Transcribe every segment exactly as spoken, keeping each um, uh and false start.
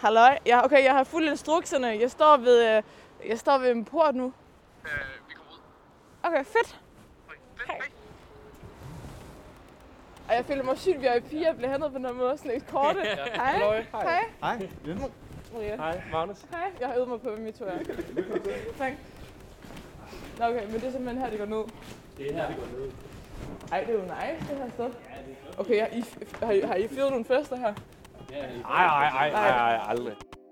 Halløj. Ja, okay, jeg har fuldt instrukserne. Jeg står ved, øh, jeg står ved en port nu. Øh, vi kommer ud. Okay, fedt. Okay, fedt. Hej. Og jeg føler mig sygt V I P, jeg bliver hentet på den måde, sådan et korte. Ja. Hej. Hej. Hej. Hej, Jens. Maria. Hej, Magnus. Hej. Jeg har øvet mig på, hvad mit tur er. Tak. Nå, okay, men det er simpelthen her, det går ned. Det er her, det går ned. Ej, det er jo nice, det her sted. Okay, har I, har I, har I fyret nogle fester her? Ej, ej, ej, ej, ej, aldrig.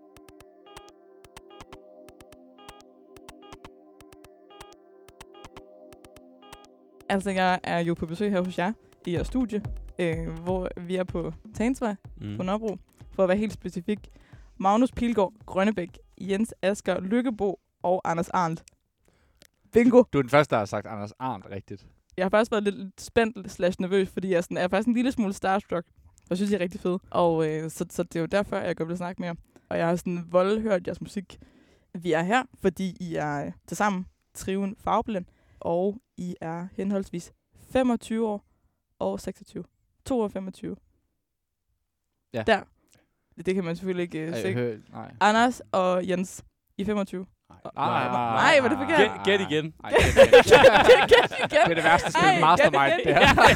Altså, jeg er jo på besøg her hos jer i jeres studie, øh, hvor vi er på Tagensvej mm. på Nørrebro. For at være helt specifik. Magnus Pilgaard Grønnebæk, Jens Asger Lykkebo og Anders Arndt. Bingo! Du er den første, der har sagt Anders Arndt rigtigt. Jeg har faktisk været lidt spændt slash nervøs, fordi jeg sådan, er faktisk en lille smule starstruck. Jeg synes, I er rigtig fede. Og øh, så, så det er jo derfor, jeg godt vil snakke mere. Og jeg har sådan voldhørt jeres musik. Vi er her, fordi I er øh, tilsammen trioen Farveblind. Og I er henholdsvis femogtyve år og seksogtyve. to og femogtyve. Ja. Der. Det kan man selvfølgelig ikke uh, Ej, se. hør, nej. Anders og Jens i femogtyve. Nej, nej, nej, var det forkert? Gæt, gæt igen. Nej, gæt igen. Gæt igen. Det er det værste spil, Ej, Mastermind. gæt Det igen.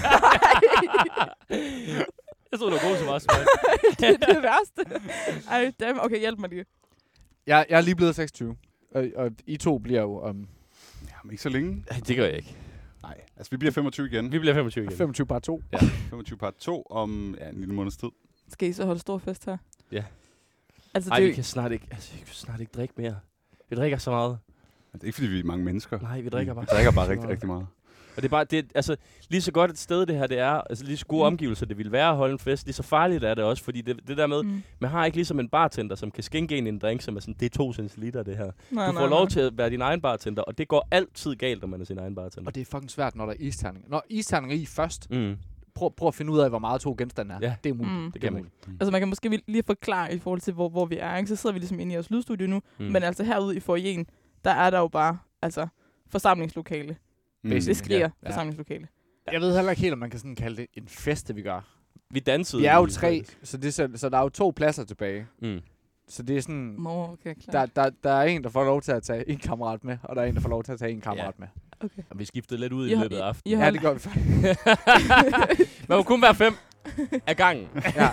her. Jeg tror, du var god til Mastermind. Det er det værste. Ej, damn. Okay, hjælp mig lige. Jeg, jeg er lige blevet seksogtyve, og, og I to bliver jo om um, Jamen, ikke så længe. Det gør jeg ikke. Nej, altså vi bliver femogtyve igen. Vi bliver femogtyve igen. femogtyve par to. Ja, femogtyve part to om ja, en lille måneds tid. Skal I så holde stor fest her? Ja. Altså, Ej, det er vi jo- kan snart ikke, altså, vi kan snart ikke drikke mere. Vi drikker så meget. Det er ikke, fordi vi er mange mennesker. Nej, vi drikker vi, bare. Vi drikker bare så rigtig, meget. rigtig meget. Og det er bare, det er, altså, lige så godt et sted det her det er, altså lige så gode Mm. omgivelser det ville være at holde en fest, lige så farligt er det også, fordi det, det der med, Mm. man har ikke ligesom en bartender, som kan skænke en en drink, som er sådan, det er to centiliter det her. Nej, Du nej, får nej. lov til at være din egen bartender, og det går altid galt, når man er sin egen bartender. Og det er fucking svært, når der er isterning. Når isterning er i først, Mm. prøv, prøv at finde ud af, hvor meget to genstande er. Ja. Det er muligt. Mm. Det kan man ikke. Altså, man kan måske lige forklare i forhold til, hvor, hvor vi er. Ikke? Så sidder vi ligesom inde i vores lydstudie nu. Mm. Men altså herude i foyeren, der er der jo bare altså, forsamlingslokale. Mm. Det skriger Ja. ja. forsamlingslokale. Jeg ved heller ikke helt, om man kan sådan kalde det en fest, det vi gør. Vi dansede. Vi er jo i- tre, så, det, så, så der er jo to pladser tilbage. Mm. Så det er sådan, Nå, okay, klar. der, der, der er en, der får lov til at tage en kammerat med, og der er en, der får lov til at tage en kammerat Ja. med. Okay. Og vi skiftede lidt ud I i har- løbet af I- aftenen. I har- Ja, det gør vi faktisk. Man må kun være fem af gangen. Ja.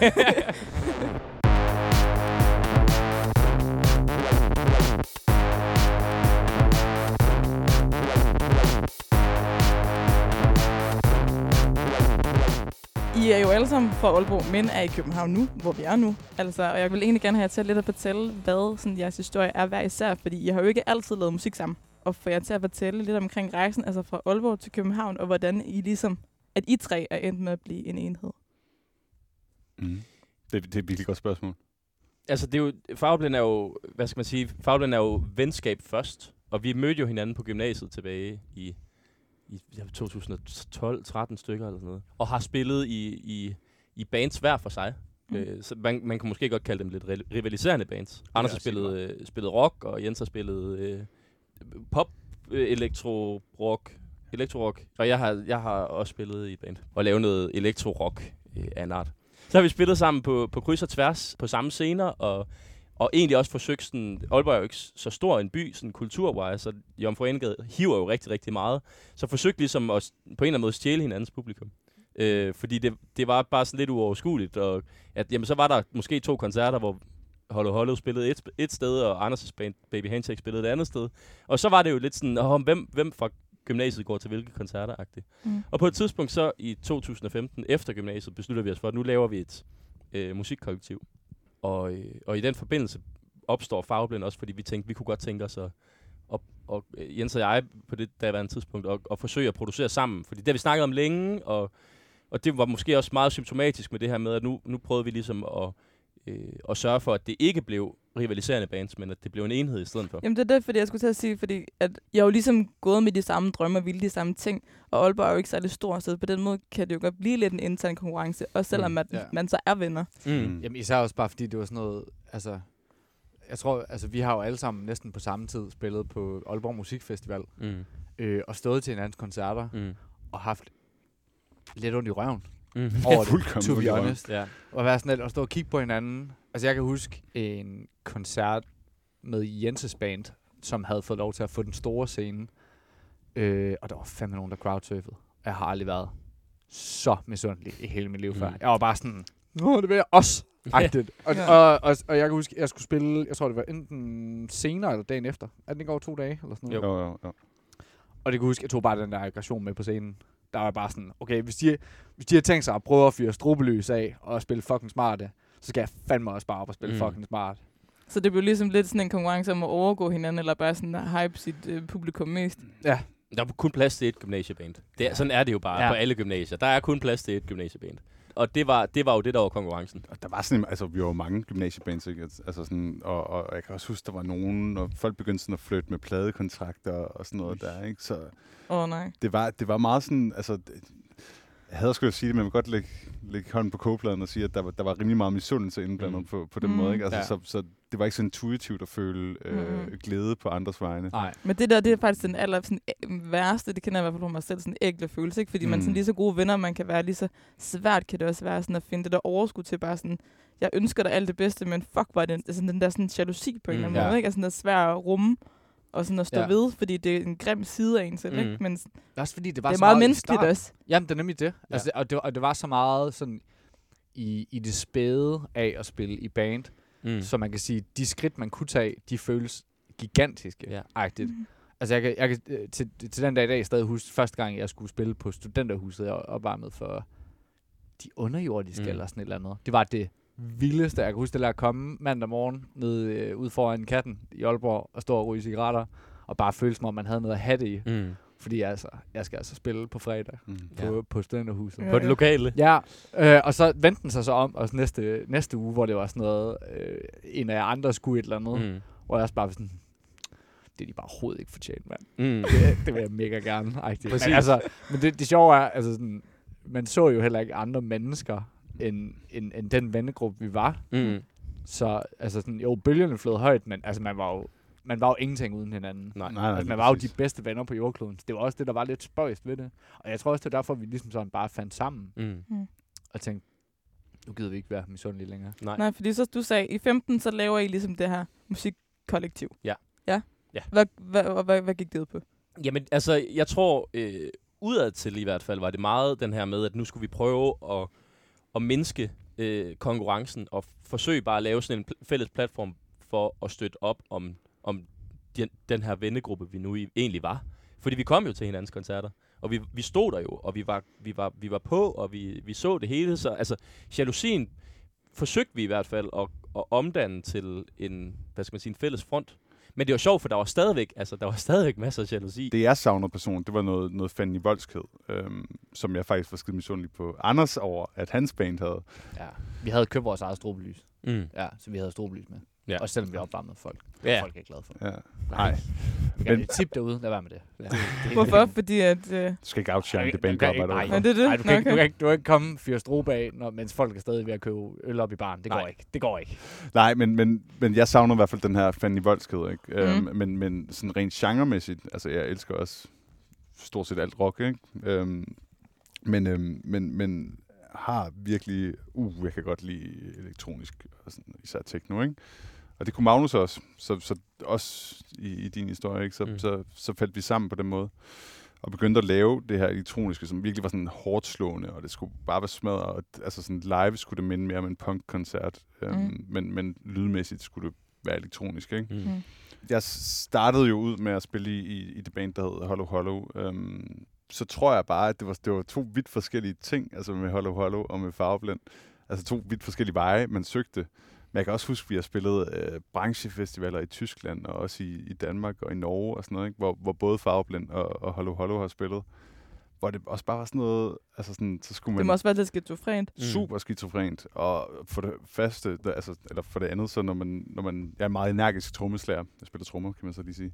I er jo alle sammen fra Aalborg, men er i København nu, hvor vi er nu. Altså, og jeg vil egentlig gerne have jer til lidt at fortælle, hvad sådan, jeres historie er hver især, fordi jeg har jo ikke altid lavet musik sammen. Og få jer til at fortælle lidt omkring rejsen, altså fra Aalborg til København, og hvordan I ligesom, at I tre er endt med at blive en enhed. Mm. Det, det er et virkelig godt spørgsmål. Altså, det er jo, Farveblind er jo, hvad skal man sige, Farveblind er jo venskab først. Og vi mødte jo hinanden på gymnasiet tilbage i, i to tusind og tolv tretten stykker eller sådan noget. Og har spillet i, i, i bands hver for sig. Mm. Øh, så man, man kan måske godt kalde dem lidt ri- rivaliserende bands. Anders har er spillet, øh, spillet rock, og Jens har spillet øh, pop, øh, elektro, rock, elektro-rock. Og jeg har, jeg har også spillet i et band og lavet noget elektro-rock øh, af en art. Så har vi spillet sammen på, på kryds og tværs på samme scener, og, og egentlig også forsøgt sådan, Aalborg er jo ikke så stor en by, sådan kulturwise, så Jomfru Anegade hiver jo rigtig, rigtig meget. Så forsøgt ligesom at på en eller anden måde stjæle hinandens publikum. Øh, fordi det, det var bare sådan lidt uoverskueligt, og at, jamen, så var der måske to koncerter, hvor Hollow Hollow spillede et, et sted, og Anders' band Baby Handshake spillede et andet sted. Og så var det jo lidt sådan, oh, hvem, hvem fra gymnasiet går til hvilke koncerter-agtigt. Mm. Og på et tidspunkt så i to tusind og femten, efter gymnasiet, beslutter vi os for, at nu laver vi et øh, musikkollektiv. Og, øh, og i den forbindelse opstår Farveblind også, fordi vi tænkte, vi kunne godt tænke os at, og, og Jens og jeg på det daværende tidspunkt, og, og forsøge at producere sammen. Fordi det har vi snakket om længe, og, og det var måske også meget symptomatisk med det her med, at nu, nu prøvede vi ligesom at, øh, at sørge for, at det ikke blev rivaliserende bands, men at det blev en enhed i stedet for. Jamen det er det, fordi jeg skulle til at sige, fordi at jeg er jo ligesom gået med de samme drømme og ville de samme ting, og Aalborg er jo ikke særlig stor, så på den måde kan det jo godt blive lidt en intern konkurrence, også selvom Mm, at ja. man så er venner. Mm. Jamen især også bare fordi det var sådan noget, altså, jeg tror, altså vi har jo alle sammen næsten på samme tid spillet på Aalborg Musikfestival, Mm. øh, og stået til hinandens koncerter, Mm. og haft lidt ondt i røven. Mm. over det, Fuldkommen to ud i be røven. honest. Ja. Og være sådan lidt, og stå og kigge på hinanden. Altså, jeg kan huske en koncert med Jenses band, som havde fået lov til at få den store scene. Øh, og der var fandme nogen, der crowdsurfede. Jeg har aldrig været så misundelig i hele mit liv før. Mm. Jeg var bare sådan, nå, det vil jeg også. Agtigt. Og, Ja. og, og, og jeg kan huske, jeg skulle spille, jeg tror det var enten senere eller dagen efter. Er det ikke over to dage eller sådan noget? Jo. Jo, jo, jo. Og det kan huske, jeg tog bare den der aggression med på scenen. Der var bare sådan, okay, hvis de, hvis de har tænkt sig at prøve at fyre strobelys af og spille fucking smarte, så skal jeg fandme også bare op og spille Mm. mm. fucking smart. Så det blev ligesom lidt sådan en konkurrence om at overgå hinanden, eller bare sådan at hype sit øh, publikum mest. Ja. Der er kun plads til et gymnasieband. Det er, sådan er det jo bare Ja. på alle gymnasier. Der er kun plads til et gymnasieband. Og det var, det var jo det, der var konkurrencen. Og der var sådan, altså vi var jo mange gymnasiebands, ikke? Altså sådan, og, og jeg kan også huske, der var nogen, og folk begyndte sådan at flytte med pladekontrakter og sådan noget der, ikke? Så Åh oh, nej. det var, det var meget sådan, altså, jeg havde sgu sige det, men jeg vil godt lægge, lægge hånden på kogepladen og sige, at der var, der var rimelig meget misundelse indblandet Mm. på, på den Mm. måde, ikke? Altså, Ja. så, så det var ikke så intuitivt at føle øh, Mm. glæde på andres vegne. Nej. Men det der, det er faktisk den aller sådan, øh, værste, det kender jeg i hvert fald fra mig selv, sådan en ægle følelse, ikke? Fordi mm. man Mm. sådan lige så gode venner, man kan være lige så svært, kan det også være sådan at finde det der overskud til bare sådan, jeg ønsker dig alt det bedste, men fuck, var det altså, den der sådan jalousi på en Mm. eller anden Ja. måde, ikke? Altså sådan der svær at rumme, og sådan at stå Ja. ja. ved, fordi det er en grim side af en selv, Mm. ikke? Men Det er også fordi, det var det er så meget i menneskeligt starten. også. Jamen, det er nemlig det. Ja. Altså, og, det var, og det var så meget sådan i, i det spæde af at spille i band, Mm. mm. så man kan sige, de skridt, man kunne tage, de føles gigantiske. Ja. Agtigt. Altså, jeg kan, jeg kan øh, til, til den dag i dag stadig huske, første gang, jeg skulle spille på studenterhuset, jeg opvarmede for de underjordiske Mm. mm. eller sådan et eller andet. Det var det vildeste. Jeg kan huske, det der at komme mandag morgen ned øh, ud foran Katten i Aalborg og stå og ryge cigaretter, og bare føle som om, man havde noget at have det i. Mm. Fordi altså, jeg skal altså spille på fredag Mm. på, ja. på studenterhuset. Ja. På det lokale. Ja, øh, og så vendte den sig så om, og så næste, næste uge, hvor det var sådan noget, øh, en af jer andre skulle et eller andet, Mm. hvor jeg også bare var sådan, det er de bare overhovedet ikke fortjent, mand. Mm. Det, det vil jeg mega gerne. Præcis. Men, altså, men det, det sjove er, altså sådan, man så jo heller ikke andre mennesker, end, end, end den vennegruppe, vi var. Mm. Så altså sådan, jo, bølgerne flød højt, men altså, man var jo, man var jo ingenting uden hinanden. Nej. Nej, nej, Altså, lige man var jo de præcis. bedste venner på jordkloden. Så det var også det, der var lidt spøjst ved det. Og jeg tror også, det er derfor, vi ligesom sådan bare fandt sammen Mm. og tænkte, nu gider vi ikke være misundelige længere. Nej. Nej, fordi så du sagde, i femten, så laver I ligesom det her musikkollektiv. Ja. Ja? Ja. Hvad, hvad, hvad, hvad, hvad gik det ud på? Jamen, altså, jeg tror, øh, udadtil i hvert fald, var det meget den her med, at nu skulle vi prøve at, at mindske øh, konkurrencen og forsøge bare at lave sådan en pl- fælles platform for at støtte op om, om den, den her vennegruppe, vi nu i, egentlig var. Fordi vi kom jo til hinandens koncerter, og vi, vi stod der jo, og vi var, vi var, vi var på, og vi, vi så det hele. Så altså, jalousien forsøgte vi i hvert fald at, at omdanne til en, hvad skal man sige, en fælles front. Men det var sjovt, for der var stadigvæk, altså, der var stadigvæk masser af jalousi. Det jeg savner personligt, det var noget, noget fandme voldsked, øhm, som jeg faktisk var skide misundelig på Anders over, at hans band havde. Ja. Vi havde købt vores eget strobelys. Mm. Ja, så vi havde strobelys med. Ja. Også selvom vi opvarmede folk. Ja. Ja. Folk er ikke glade for. Ja. Nej, Vi kan Men- et tip derude. Lad være med det. Ja. det, det Hvorfor? Fordi at... Øh, du skal ikke outshine det Du band, kan der ikke- arbejder nej. over. er det det? Nej, du kan, Nå, ikke, du, okay. kan ikke, du kan ikke komme fyre strobe af, når, mens folk er stadig ved at købe øl op i baren. Det går Nej. ikke. Det går ikke. Nej, men, men, men jeg savner i hvert fald den her fandme voldsked, ikke? Mm. Øhm, men, men sådan rent genremæssigt, altså jeg elsker også stort set alt rock, ikke? Øhm, men, øhm, men, men har virkelig, uh, jeg kan godt lide elektronisk, og sådan, især techno, ikke? Og det kunne Magnus også, så, så også i, i din historie, ikke? Så, Mm. mm. så, så faldt vi sammen på den måde, og begyndte at lave det her elektroniske, som virkelig var sådan hårdt slående, og det skulle bare være smadret, og altså sådan live skulle det minde mere om en punkkoncert, øhm, Mm. men, men lydmæssigt skulle det være elektronisk, ikke? Mm. Mm. Jeg startede jo ud med at spille i, i, i det band, der hedder Hollow Hollow. Øhm, så tror jeg bare, at det var, det var to vidt forskellige ting, altså med Hollow Hollow og med Farveblind. Altså to vidt forskellige veje, man søgte. Men jeg kan også huske, at vi har spillet øh, branchefestivaler i Tyskland, og også i, i Danmark og i Norge og sådan noget, ikke? Hvor, hvor både Farveblind og, og Hollow Hollow har spillet. Hvor det også bare var sådan noget, altså sådan, så skulle man... Det må også være lidt skizofrent. Super skizofrent, og for det første, der, altså, eller for det andet, så når man, når man jeg er meget energisk trommeslager, jeg spiller trommer, kan man så lige sige,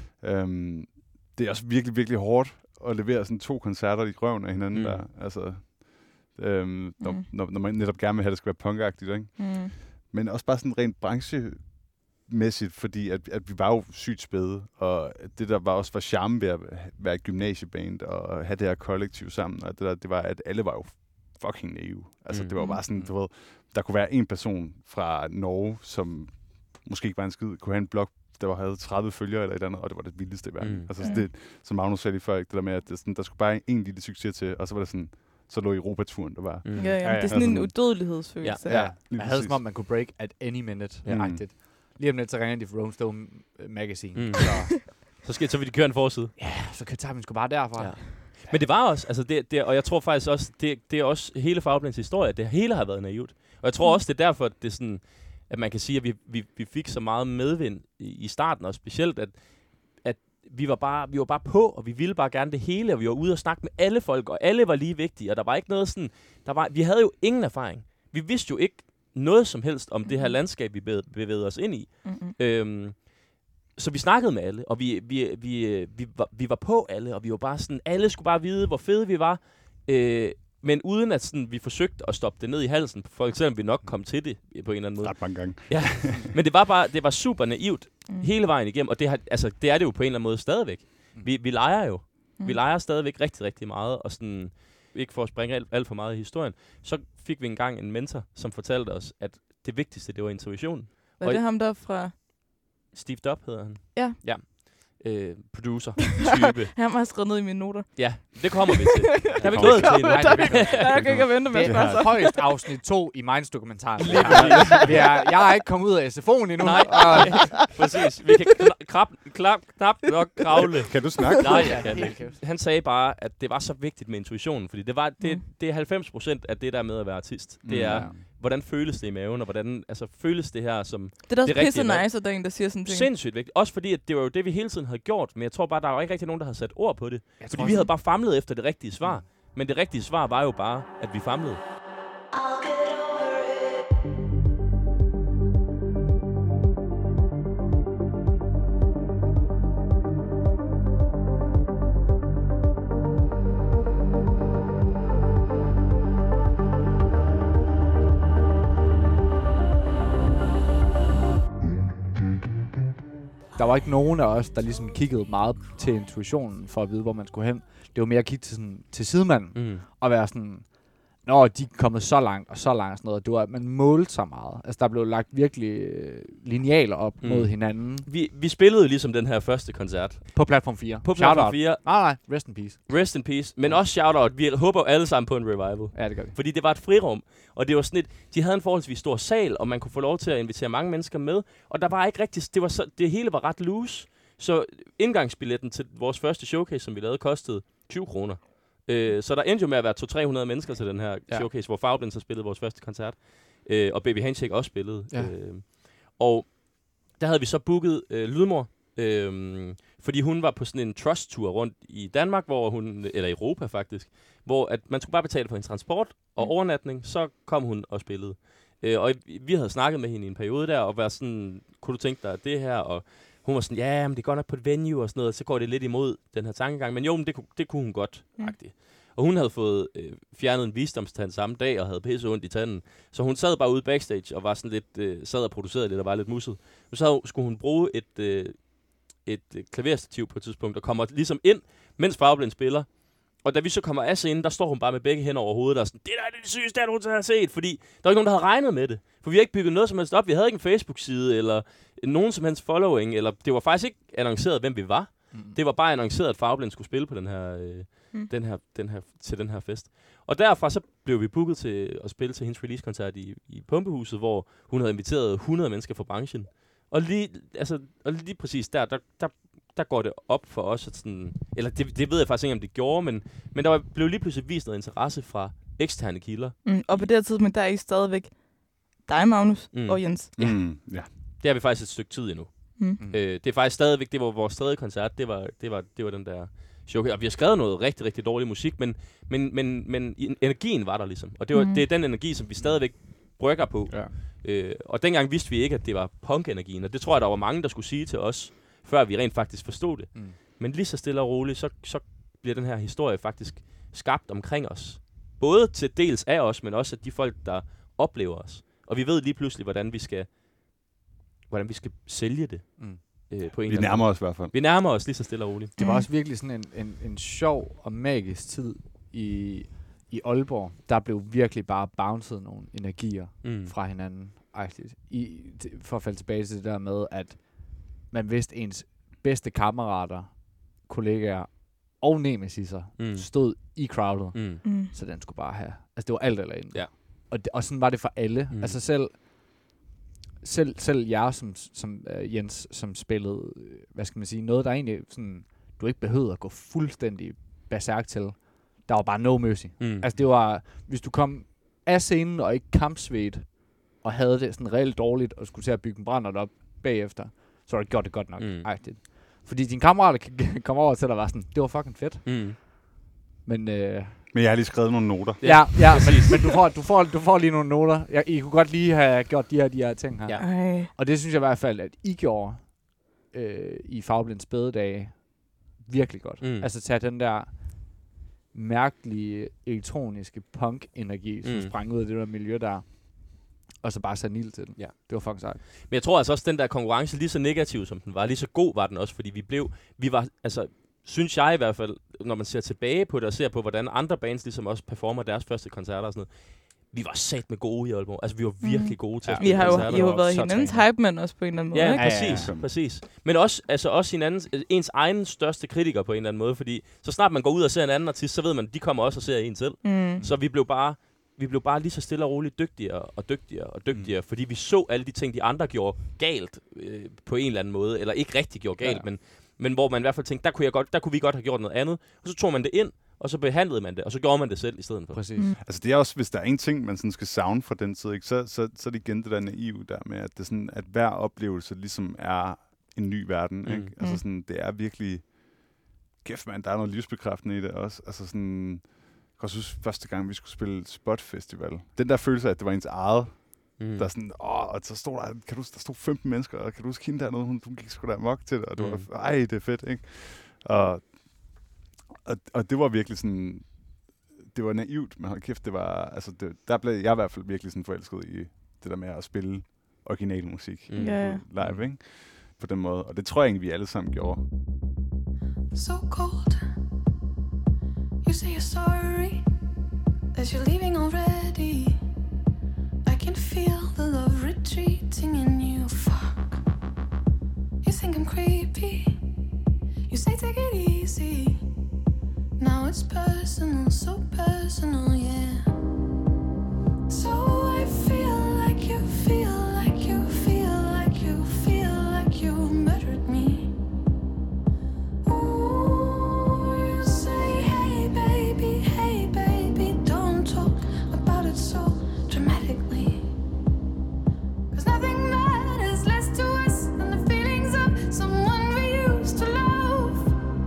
øhm, det er også virkelig, virkelig hårdt at levere sådan to koncerter i røven af hinanden Mm. der, altså, øhm, når, Mm. når, når man netop gerne vil have, at det skal være punkagtigt, ikke? Mm. Men også bare sådan rent branchemæssigt, fordi at, at vi var jo sygt spæde, og det der var også var charme ved at være et gymnasieband, og have det her kollektiv sammen, og det der, det var, at alle var jo fucking naive. Altså, Mm. det var bare sådan, du ved, der kunne være en person fra Norge, som måske ikke var en skid, kunne have en blog, der var, havde tredive følgere eller et eller andet, og det var det vildeste i verden. Mm. Altså, så Mm. det, som Magnus sagde lige før, ikke, det der med, at det, sådan, der skulle bare en lille succes til, og så var det sådan, så lå Europaturen, der var. Mm. Ja, ja, ja, det er sådan ja. en udødelighedsfølelse. Ja, lige Jeg havde som om, man kunne break at any minute. Ja. Ja. Lige om lidt, så ringer de fra Rolling Stone Magazine. Mm. Så, Så, skal, så vil de køre en forside. ja, så tager vi sgu bare derfra. Ja. Men det var også, altså det, det, og jeg tror faktisk også, det, det er også hele Fagbladets historie, det hele har været naivt. Og jeg tror også, det er derfor, at det er sådan, at man kan sige, at vi, vi, vi fik så meget medvind i, i starten, og specielt, at, at vi, var bare, vi var bare på, og vi ville bare gerne det hele, og vi var ude og snakke med alle folk, og alle var lige vigtige, og der var ikke noget sådan, der var, vi havde jo ingen erfaring. Vi vidste jo ikke noget som helst om det her landskab, vi bevæ- bevægede os ind i. Mm-hmm. Øhm, så vi snakkede med alle, og vi, vi, vi, vi, var, vi var på alle, og vi var bare sådan, alle skulle bare vide, hvor fede vi var, øh, men uden at sådan, vi forsøgte at stoppe det ned i halsen, for eksempel vi nok kom til det på en eller anden måde. Ret mange gange. Ja, men det var bare, det var super naivt Mm. hele vejen igennem, og det, har, altså, det er det jo på en eller anden måde stadigvæk. Vi, vi leger jo. Mm. Vi leger stadigvæk rigtig, rigtig meget, og sådan, ikke for at springe alt, alt for meget i historien, så fik vi engang en mentor, som fortalte os, at det vigtigste, det var intuitionen. Var Og det i- ham der fra... Steve Dobb hedder han. Ja. Ja. Øh, producer-type. Han har skrevet ned i mine noter. Ja, det kommer vi til. Der er vi kommer gået vi til Der nu. er ikke- der er ikke at vente med at Det spørge er sig. højst afsnit to i Minds-dokumentaren. Vi er, jeg er ikke kommet ud af S F O'en endnu. Nej, og- præcis. Vi kan kla- krab, klap, knap nok kravle. Kan du snakke? Nej, jeg kan Helt ikke. kæft. Han sagde bare, at det var så vigtigt med intuitionen, fordi det, var, det, Mm. det er halvfems procent af det der med at være artist. Det er, Ja. hvordan føles det i maven, og hvordan altså, føles det her som Det er da også Det er pisse rigtigt, hvad? nice, at der er en, der siger sådan ting. sindssygt vigtigt. Også fordi, at det var jo det, vi hele tiden havde gjort, men jeg tror bare, der var ikke rigtig nogen, der havde sat ord på det. Jeg Fordi tror vi også- havde bare famlet efter det rigtige svar. Men det rigtige svar var jo bare, at vi famlede. I'll get over it. Der var ikke nogen af os, der ligesom kiggede meget til intuitionen for at vide, hvor man skulle hen. Det var mere at kigge til, sådan, til sidemanden Mm. og være sådan, nå, de er kommet så langt og så langt og sådan noget. Det var, man målte så meget. Altså, der blev lagt virkelig øh, linealer op Mm. mm. mod hinanden Vi, vi spillede jo ligesom den her første koncert. på platform fire. På Shout Platform out. fire. Nej, nej, rest in peace. Rest in peace. Men også shout-out. Vi håber alle sammen på en revival. Ja, det gør vi. Fordi det var et frirum, og det var sådan et, de havde en forholdsvis stor sal, og man kunne få lov til at invitere mange mennesker med, og der var ikke rigtig, det, var så, det hele var ret loose, så indgangsbilletten til vores første showcase, som vi lavede, kostede tyve kroner. Øh, så der endte jo med at være to til tre hundrede mennesker til den her Ja. showcase, hvor Fagbladets så spillede vores første koncert, øh, og Baby Handshake også spillede. Ja. Øh, og der havde vi så booket øh, Lydmor, øh, fordi hun var på sådan en trust-tour rundt i Danmark, hvor hun, eller Europa faktisk, hvor at man skulle bare betale for en transport og Mm. overnatning, så kom hun og spillede. Øh, og vi havde snakket med hende i en periode der, og været sådan, kunne du tænke dig det her? Og hun var sådan, ja, men det går nok på et venue og sådan noget, så går det lidt imod den her tankegang. Men jo, men det, kunne, det kunne hun godt, Mm. mm. Og hun havde fået øh, fjernet en visdomstand samme dag, og havde pisse ondt i tanden. Så hun sad bare ude backstage, og var sådan lidt, øh, sad og producerede lidt, og var lidt musset. Så skulle hun bruge et, øh, et øh, klaverstativ på et tidspunkt, og kommer ligesom ind, mens Fagbladet spiller. Og da vi så kommer af scenen, der står hun bare med begge hænder over hovedet, og sådan, det der er det sygeste, jeg nogensinde har set, fordi der var ikke nogen, der havde regnet med det. For vi har ikke bygget noget som helst op. Vi havde ikke en Facebook-side, eller nogen som helst following, eller det var faktisk ikke annonceret, hvem vi var. Mm. Det var bare annonceret, at Fagbladet skulle spille på den her, øh, Mm. den her, den her, til den her fest. Og derfra så blev vi booket til at spille til hendes release-koncert i, i Pumpehuset, hvor hun havde inviteret hundrede mennesker fra branchen. Og lige, altså, og lige præcis der, der, der, der går det op for os, at sådan, eller det, det ved jeg faktisk ikke, om det gjorde, men, men der var, blev lige pludselig vist noget interesse fra eksterne kilder. Mm. Og på det her tidspunkt, der er I stadigvæk dig, Magnus, Mm. mm. og Jens. Ja. Mm, ja. Det har vi faktisk et stykke tid endnu. Mm. Mm. Øh, det er faktisk stadigvæk, det var vores tredje koncert, det var, det var, det var den der show. Og vi har skrevet noget rigtig, rigtig dårlig musik, men, men, men, men energien var der ligesom. Og det, var, Mhm. det er den energi, som vi stadigvæk brygger på. Ja. Øh, og dengang vidste vi ikke, at det var punk-energien, og det tror jeg, der var mange, der skulle sige til os, før vi rent faktisk forstod det. Mm. Men lige så stille og roligt, så, så bliver den her historie faktisk skabt omkring os. Både til dels af os, men også af de folk, der oplever os. Og vi ved lige pludselig, hvordan vi skal, hvordan vi skal sælge det. Mm. Øh, på en Vi eller anden nærmer os i hvert fald. vi nærmer os lige så stille og roligt. Det var Mm. også virkelig sådan en, en, en sjov og magisk tid i, i Aalborg, der blev virkelig bare bounced nogle energier Mm. fra hinanden. Agtigt. I, t- for at falde tilbage til det der med, at man vidste ens bedste kammerater, kollegaer og nemesiser Mm. stod i crowdet, Mm. Mm. så den skulle bare have. Altså det var alt eller intet. Ja. Og, det, og sådan var det for alle. Mm. Mm. Altså selv, selv, selv jeg, som, som uh, Jens, som spillede, øh, hvad skal man sige, noget, der egentlig sådan, du ikke behøvede at gå fuldstændig berserk til. Der var bare no mercy. Mm. Altså det var, hvis du kom af scenen og ikke kampsvedt, og havde det sådan reelt dårligt, og skulle til at bygge en brændert op bagefter, så var det gjort det godt nok. Mm. Agtigt. Fordi dine kammerater kan komme over til dig og var sådan, det var fucking fedt. Mm. Men øh, Men jeg har lige skrevet nogle noter. Ja, ja, ja men, men du, får, du, får, du får lige nogle noter. Jeg, I kunne godt lige have gjort de her, de her ting her. Ja. Ej. Og det synes jeg i hvert fald, at I gjorde øh, i Fagblinds spædedage virkelig godt. Mm. Altså tage den der mærkelige elektroniske punk-energi, som Mm. sprang ud af det der miljø der, og så bare sætte ild til den. Ja. Det var fucking sejt. Men jeg tror altså også, den der konkurrence, lige så negativ som den var, lige så god var den også, fordi vi blev, vi var, altså, synes jeg i hvert fald, når man ser tilbage på det, og ser på, hvordan andre bands ligesom også performer deres første koncerter og sådan noget, vi var sat med gode i Aalborg. Altså, vi var virkelig Mhm. gode til Ja. at Vi spille har jo, koncerter. I har jo var været så hinandens trænet. hype-mænd også på en eller anden måde, Ja, ikke? Ja, ja, præcis, ja. præcis. Men også, altså også hinandens, ens egen største kritiker på en eller anden måde, fordi så snart man går ud og ser en anden artist, så ved man, at de kommer også og ser en selv. Mm. Så vi blev bare, vi blev bare lige så stille og roligt dygtigere og dygtigere og dygtigere, mm. fordi vi så alle de ting, de andre gjorde galt øh, på en eller anden måde, eller ikke rigtig gjorde galt, Ja. men, men hvor man i hvert fald tænkte, der kunne, jeg godt, der kunne vi godt have gjort noget andet, og så tog man det ind, og så behandlede man det, og så gjorde man det selv i stedet for. Præcis. Mm. Altså det er også, hvis der er en ting, man sådan skal savne fra den tid, ikke, så, så, så er det igen det der naive der med, at, det sådan, at hver oplevelse ligesom er en ny verden. Mm. Ikke? Altså sådan, det er virkelig... Kæft mand, der er noget livsbekræftende i det også. Altså sådan... Jeg kan også huske første gang, vi skulle spille Spot Festival. Den der følelse af, at det var ens eget, Mm. der er sådan, åh, og så stod der, kan du, der stod femten mennesker, og kan du huske hende dernede, hun, hun gik sgu da amok til det, og det Mm. var, ej, det er fedt, ikke? Og, og, og det var virkelig sådan, det var naivt, men hold kæft, det var, altså, det, der blev jeg i hvert fald virkelig sådan forelsket i det der med at spille original musik Mm. Ja. live, ikke? På den måde, og det tror jeg egentlig, vi alle sammen gjorde. So cold. You say you're sorry that you're leaving already. I can feel the love retreating in you. Fuck. You think I'm creepy. You say take it easy. Now it's personal, so personal, yeah. So I feel like you feel like you feel like you feel like you murdered me. Ooh, you say, hey baby, hey baby, don't talk about it so dramatically. 'Cause nothing matters less to us than the feelings of someone we used to love.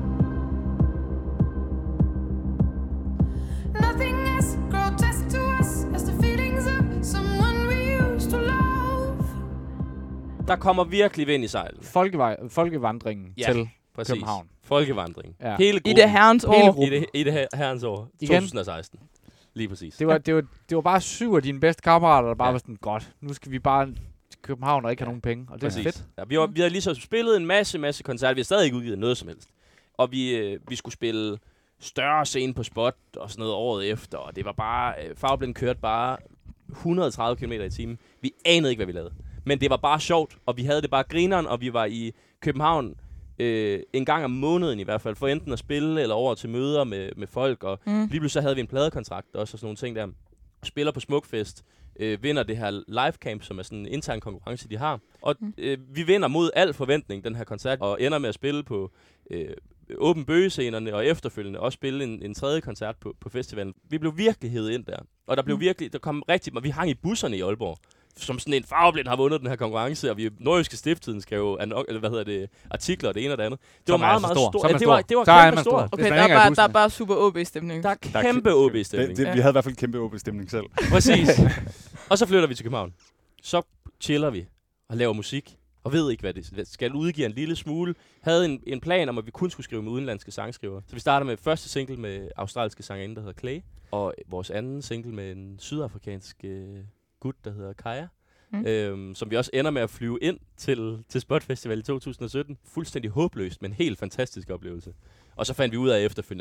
Nothing as grotesque to us as the feelings of someone we used to love. Der kommer virkelig vind i sejlen. Folkevej, folkevandringen Ja. til Præcis. København. Folkevandring. Ja. Hele I gruppen. det herrens Hele år. I det, I det her, herrens år. Igen. to tusind og seksten. Lige præcis. Det var, det, var, det var bare syv af dine bedste kammerater, der bare Ja. var sådan, godt, nu skal vi bare til København og ikke have nogen penge. Og det er Præcis. fedt. Ja, vi, var, vi havde lige så spillet en masse, masse koncerter. Vi har stadig ikke udgivet noget som helst. Og vi, øh, vi skulle spille større scene på Spot og sådan noget året efter. Og det var bare... Øh, Farveblind kørte bare et hundrede og tredive kilometer i timen. Vi anede ikke, hvad vi lavede. Men det var bare sjovt, og vi havde det bare grineren, og vi var i København øh, en gang om måneden i hvert fald, for enten at spille eller over til møder med, med folk. Og Mm. lige pludselig så havde vi en pladekontrakt også, og sådan nogle ting der. Spiller på Smukfest, øh, vinder det her live camp, som er sådan en intern konkurrence, de har. Og Mm. øh, vi vinder mod al forventning, den her koncert, og ender med at spille på øh, åben bøgescenerne, og efterfølgende også spille en, en tredje koncert på, på festivalen. Vi blev virkelig hævet ind der. Og der blev Mm. virkelig, der kom rigtig, og vi hang i busserne i Aalborg, som sådan en Farveblind har vundet den her konkurrence, og vi Nordjyske Stifttiden skrev anno- eller hvad hedder det, artikler og det ene og det andet. Det Så var er man meget, altså meget stor. stort. Så er Ja, man det var, stor. det var Så er kæmpe man stor. stort. Okay, Hvis man der er, ikke er i bare, bussen, der er ja. bare super O B-stemning. Der er Der er kæmpe kæ- O B-stemning. Det, det, Ja. Vi havde i hvert fald kæmpe O B-stemning selv. Præcis. Og så flytter vi til København. Så chiller vi og laver musik. Og ved ikke, hvad det skal udgive en lille smule. Havde en, en plan om, at vi kun skulle skrive med udenlandske sangskrivere. Så vi starter med første single med australske sangerinde, der hedder Clay. Og vores anden single med en sydafrikansk øh, gut, der hedder Kaya. Mm. Øhm, som vi også ender med at flyve ind til, til Spot Festival i to tusind og sytten. Fuldstændig håbløst, men helt fantastisk oplevelse. Og så fandt vi ud af efterfølgende, at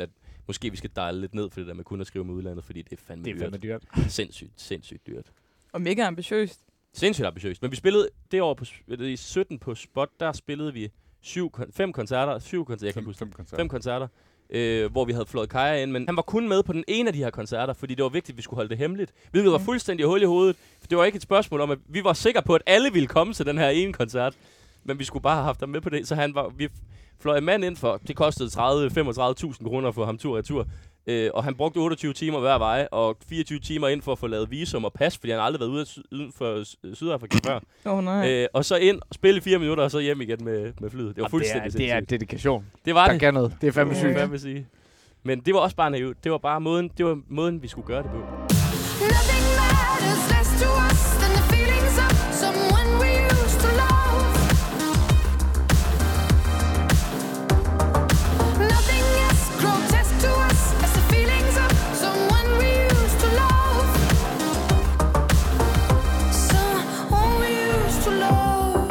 måske vi skal diale lidt ned for det der med kun at skrive med udlandet, fordi det er fandme Det er fandme dyrt. dyrt. Sindssygt, sindssygt dyrt. Og mega ambitiøst. Sindssygt ambitiøst. Men vi spillede det år på, i sytten på Spot, der spillede vi syv, fem koncerter, syv koncerter, jeg kan Fem, huske, fem koncerter. fem koncerter, øh, hvor vi havde flået Kaja ind, men han var kun med på den ene af de her koncerter, fordi det var vigtigt, at vi skulle holde det hemmeligt. Hvilket var fuldstændig hul i hovedet. For det var ikke et spørgsmål om, at vi var sikre på, at alle ville komme til den her ene koncert, men vi skulle bare have haft ham med på det, så han var, vi fløj en mand ind for, det kostede tredive til femogtredive tusind kroner for ham tur-retur. Øh, og han brugte otteogtyve timer hver vej, og fireogtyve timer ind for at få lavet visum og pas, fordi han aldrig været ude af sy- uden for Sy- Sydafrika før. Åh oh, nej. Øh, og så ind, spille i fire minutter, og så hjem igen med, med flyet. Det var fuldstændig det er, det er sindssygt. dedikation. Det var Der det. kan noget. Det er fandme Det sygt. vil jeg sige. Men det var også bare naivt. Det var bare måden, det var måden vi skulle gøre det på. Nothing matters less to us than the feelings of someone we used to love. Nothing is grotesque to us as the feelings of someone we used to love. Someone we used to love.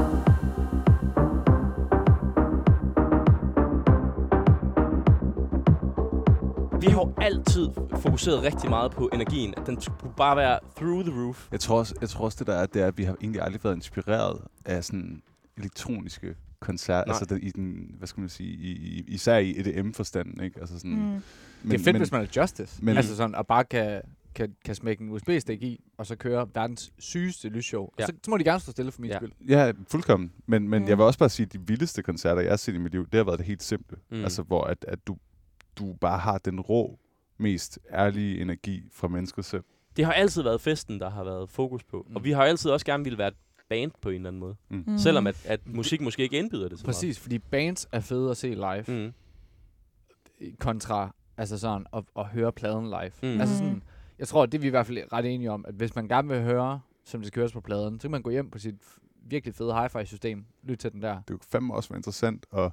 Vi har jo altid fokuseret rigtig meget på energien. At den skulle bare være through the roof. Jeg tror også, jeg tror også det der er, det er, at vi har egentlig aldrig været inspireret af sådan elektroniske koncerter. Nej. Altså den, i den, hvad skal man sige, i, i, især i E D M-forstanden, ikke? Altså sådan, Mm. men, Det er fedt, men, hvis man er Justice. men- altså sådan, og bare kan, kan, kan smække en U S B-stik i, og så køre verdens sygeste lysshow. Ja. Og så, så må de gerne stå stille for min Ja. skyld. Ja, fuldkommen. Men, men Mm. jeg vil også bare sige, at de vildeste koncerter, jeg har set i mit liv, det har været det helt simple. Mm. Mm. Altså, hvor at, at du, du bare har den rå, mest ærlige energi fra mennesker selv. Det har altid været festen, der har været fokus på. Mm. Og vi har altid også gerne ville være et band på en eller anden måde. Mm. Mm. Selvom at, at musik måske ikke indbyder det så Præcis, fordi bands er fede at se live, meget. Mm. kontra altså sådan, at, at høre pladen live. Mm. Altså sådan, jeg tror, at det er vi i hvert fald ret enige om, at hvis man gerne vil høre, som det skal høres på pladen, så kan man gå hjem på sit f- virkelig fede hi-fi-system, lytte til den der. Det kunne fandme også være interessant at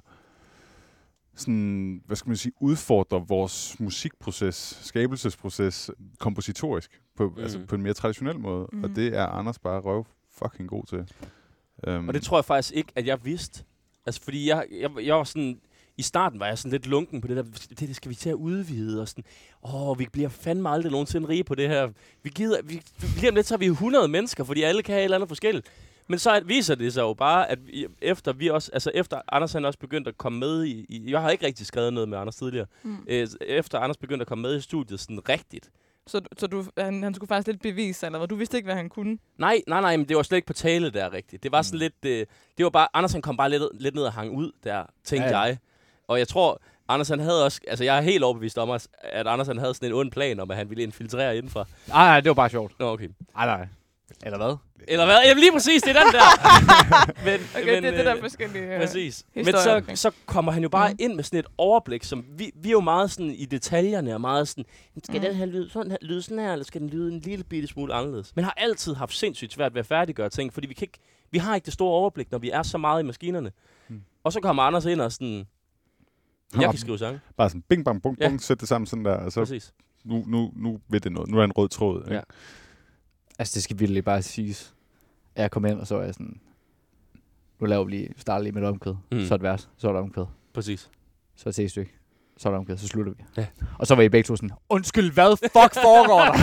sådan, hvad skal man sige, udfordre vores musikproces, skabelsesproces, kompositorisk, på, Mm. mm. altså på en mere traditionel måde. Mm. Mm. Og det er Anders bare røv fucking god til. Um, Og det tror jeg faktisk ikke, at jeg vidste. Altså, fordi jeg, jeg, jeg var sådan... I starten var jeg sådan lidt lunken på det der, det, det skal vi til at udvide, og sådan, åh, vi bliver fandme aldrig nogensinde rige på det her. Vi gider, vi, lige om lidt, så er vi hundrede mennesker, fordi alle kan have et eller andet forskelligt. Men så viser det sig jo bare, at vi, efter vi også, altså efter Anders han også begyndte at komme med i, i jeg har ikke rigtig skrevet noget med Anders tidligere, Mm. øh, efter Anders begyndte at komme med i studiet sådan rigtigt. Så, så du, han, han skulle faktisk lidt bevise sig, eller hvad? Du vidste ikke, hvad han kunne? Nej, nej, nej, men det var slet ikke på tale der rigtigt. Det var sådan lidt, øh, det var bare, Anders han kom bare lidt, lidt ned og hang ud der, tænkte Ja, ja. jeg. Og jeg tror, Anders han havde også, altså jeg er helt overbevist om, at Anders han havde sådan en ond plan om, at han ville infiltrere indenfor. Nej, nej, det var bare sjovt. Nå, okay. Nej, nej. Eller hvad? Eller hvad? Jamen lige præcis, det er den der. men, Okay, det er det der øh, forskellige... Præcis. Men historier så, omkring. så kommer han jo bare Mm. ind med sådan et overblik, som vi, vi er jo meget sådan i detaljerne, og meget sådan, skal Mm. den her lyde sådan, her, lyde sådan her, eller skal den lyde en lille bitte smule anderledes? Men har altid haft sindssygt svært ved at færdiggøre ting, fordi vi, kan ikke, vi har ikke det store overblik, når vi er så meget i maskinerne. Mm. Og så kommer Anders ind og sådan, jeg kan skrive sange. Bare sådan bing, bang, bung, Ja. bung, sæt det sammen sådan der, og så Præcis. nu, nu, nu ved det noget. Nu er der en rød tråd. Ikke? Ja. Altså, det skal virkelig bare siges. Jeg kom ind, og så var jeg sådan, nu laver vi lige, starter lige med et omkvæd. Mm. Mm. Så er et vers, så er der omkvæd. Præcis. Så er det et stykke. Så er der omkvæd, så slutter vi. Ja. Og så var I begge to sådan, undskyld, hvad fuck foregår der?